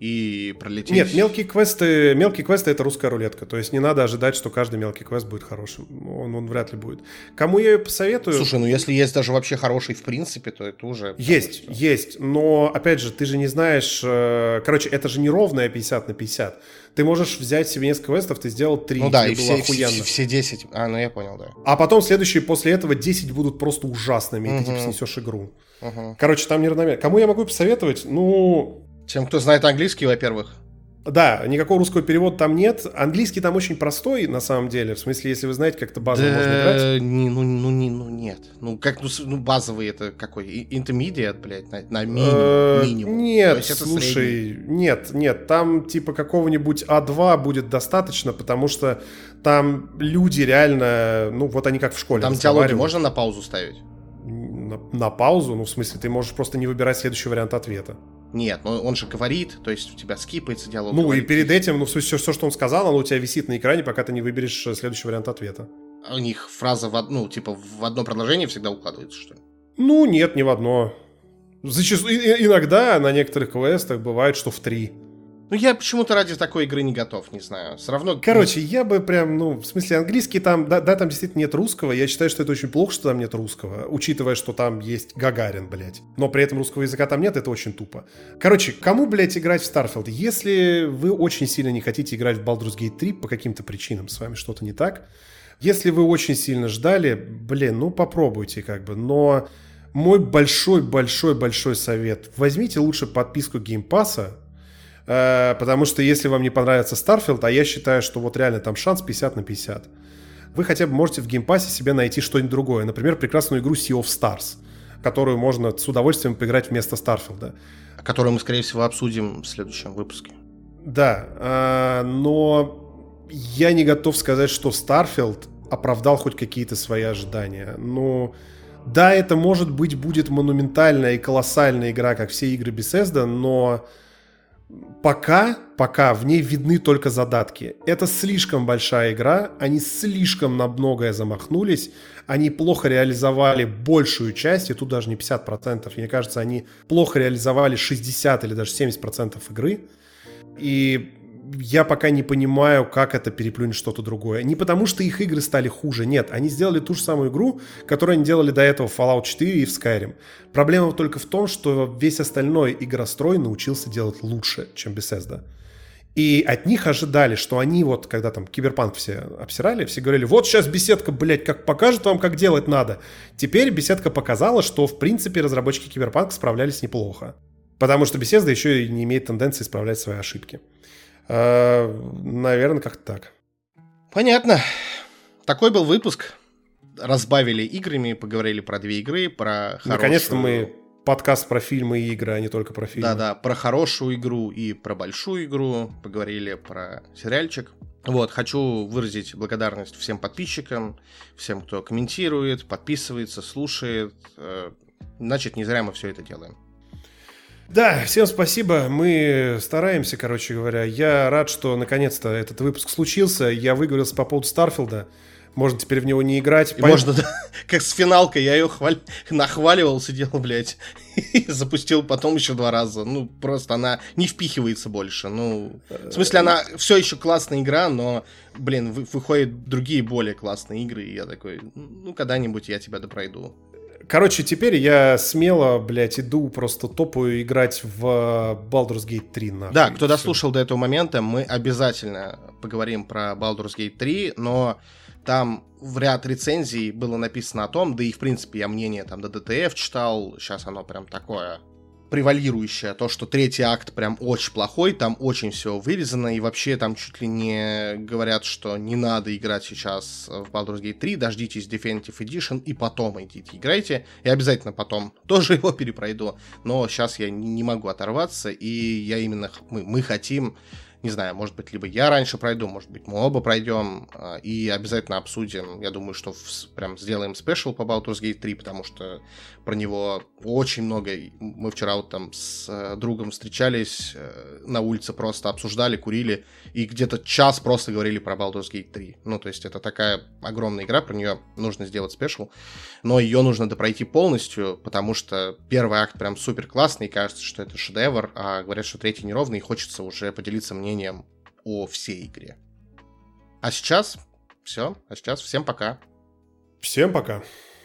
A: и пролететь.
B: Нет, мелкие квесты, мелкие квесты — это русская рулетка. То есть не надо ожидать, что каждый мелкий квест будет хорошим. Он, он вряд ли будет. Кому я ее посоветую?
A: Слушай, ну если есть даже вообще хороший в принципе, то это уже...
B: Есть, что... есть. Но, опять же, ты же не знаешь... Короче, это же не ровная пятьдесят на пятьдесят. Ты можешь взять себе несколько квестов, ты сделал три.
A: Ну да, и все, все, все десять. А, ну я понял, да.
B: А потом следующие после этого десять будут просто ужасными, и uh-huh. ты типа снесешь игру. Uh-huh. Короче, там неравномерно. Кому я могу посоветовать? Ну...
A: Тем, кто знает английский, во-первых.
B: Да, никакого русского перевода там нет. Английский там очень простой, на самом деле. В смысле, если вы знаете, как-то базово да, можно играть.
A: Не, ну, ну, не, ну нет. Ну, как, ну, ну базовый это какой? Intermediate, блядь, на, на минимум, минимум.
B: Нет, слушай, нет, нет. Там типа какого-нибудь а два будет достаточно, потому что там люди реально, ну вот они как в школе.
A: Там диалоги можно на паузу ставить?
B: На, на паузу? Ну, в смысле, ты можешь просто не выбирать следующий вариант ответа.
A: Нет, но он же говорит, то есть у тебя скипается диалог.
B: Ну
A: говорит,
B: и перед этим, ну все, все, что он сказал, оно у тебя висит на экране, пока ты не выберешь следующий вариант ответа.
A: У них фраза, в, ну, типа, в одно предложение всегда укладывается, что ли?
B: Ну, нет, не в одно. Зачастую, иногда на некоторых квестах бывает, что в три.
A: Ну, я почему-то ради такой игры не готов, не знаю. Все равно...
B: Короче, я бы прям, ну, в смысле, английский там, да, да, там действительно нет русского. Я считаю, что это очень плохо, что там нет русского, учитывая, что там есть Гагарин, блядь. Но при этом русского языка там нет, это очень тупо. Короче, кому, блядь, играть в Starfield? Если вы очень сильно не хотите играть в Baldur's Gate три по каким-то причинам, с вами что-то не так. Если вы очень сильно ждали, блин, ну, попробуйте как бы, но... Мой большой-большой-большой совет. Возьмите лучше подписку Game Pass'а, э, потому что если вам не понравится Starfield, а я считаю, что вот реально там шанс пятьдесят на пятьдесят, вы хотя бы можете в Game Pass'е себе найти что-нибудь другое. Например, прекрасную игру Sea of Stars, которую можно с удовольствием поиграть вместо Starfield.
A: Которую мы, скорее всего, обсудим в следующем выпуске.
B: Да, э, но я не готов сказать, что Starfield оправдал хоть какие-то свои ожидания. Ну... Да, это, может быть, будет монументальная и колоссальная игра, как все игры Bethesda, но пока, пока в ней видны только задатки. Это слишком большая игра, они слишком на многое замахнулись, они плохо реализовали большую часть, и тут даже не пятьдесят процентов, мне кажется, они плохо реализовали шестьдесят или даже семьдесят процентов игры, и... Я пока не понимаю, как это переплюнет что-то другое. Не потому, что их игры стали хуже. Нет, они сделали ту же самую игру, которую они делали до этого в Fallout четыре и в Skyrim. Проблема только в том, что весь остальной игрострой научился делать лучше, чем Bethesda. И от них ожидали, что они вот, когда там Киберпанк все обсирали, все говорили, вот сейчас беседка, блядь, как покажет вам, как делать надо. Теперь беседка показала, что, в принципе, разработчики Киберпанка справлялись неплохо. Потому что Bethesda еще и не имеет тенденции исправлять свои ошибки. Uh, наверное, как-то так.
A: Понятно. Такой был выпуск. Разбавили играми, поговорили про две игры, про хорошую...
B: Наконец-то мы подкаст про фильмы и игры, а не только про фильмы.
A: Да-да, про хорошую игру и про большую игру. Поговорили про сериальчик. Вот, хочу выразить благодарность всем подписчикам, всем, кто комментирует, подписывается, слушает. Значит, не зря мы все это делаем.
B: Да, всем спасибо. Мы стараемся, короче говоря. Я рад, что наконец-то этот выпуск случился. Я выговорился по поводу Старфилда. Можно теперь в него не играть.
A: И Пон... можно, да, как с финалкой. Я ее хваль... нахваливал, сидел, блядь, и запустил потом еще два раза. Ну, просто она не впихивается больше. Ну, в смысле, она все еще классная игра, но, блин, вы... выходят другие более классные игры. И я такой, ну, когда-нибудь я тебя допройду.
B: Короче, теперь я смело, блядь, иду просто топаю играть в Baldur's Gate три. Нахуй,
A: да, кто дослушал до этого момента, мы обязательно поговорим про Baldur's Gate три, но там в ряд рецензий было написано о том, да и в принципе я мнение там до ди ти эф читал, сейчас оно прям такое превалирующее, то, что третий акт прям очень плохой, там очень все вырезано, и вообще там чуть ли не говорят, что не надо играть сейчас в Baldur's Gate три, дождитесь Definitive Edition и потом идите играйте, и обязательно потом тоже его перепройду, но сейчас я не могу оторваться, и я именно, мы, мы хотим, не знаю, может быть, либо я раньше пройду, может быть, мы оба пройдем, и обязательно обсудим, я думаю, что в, прям сделаем спешл по Baldur's Gate три, потому что про него очень много, мы вчера вот там с другом встречались, на улице просто обсуждали, курили, и где-то час просто говорили про Baldur's Gate три, ну, то есть это такая огромная игра, про нее нужно сделать спешл, но ее нужно допройти полностью, потому что первый акт прям супер классный, и кажется, что это шедевр, а говорят, что третий неровный, и хочется уже поделиться мнением о всей игре. А сейчас все. А сейчас всем пока.
B: Всем пока.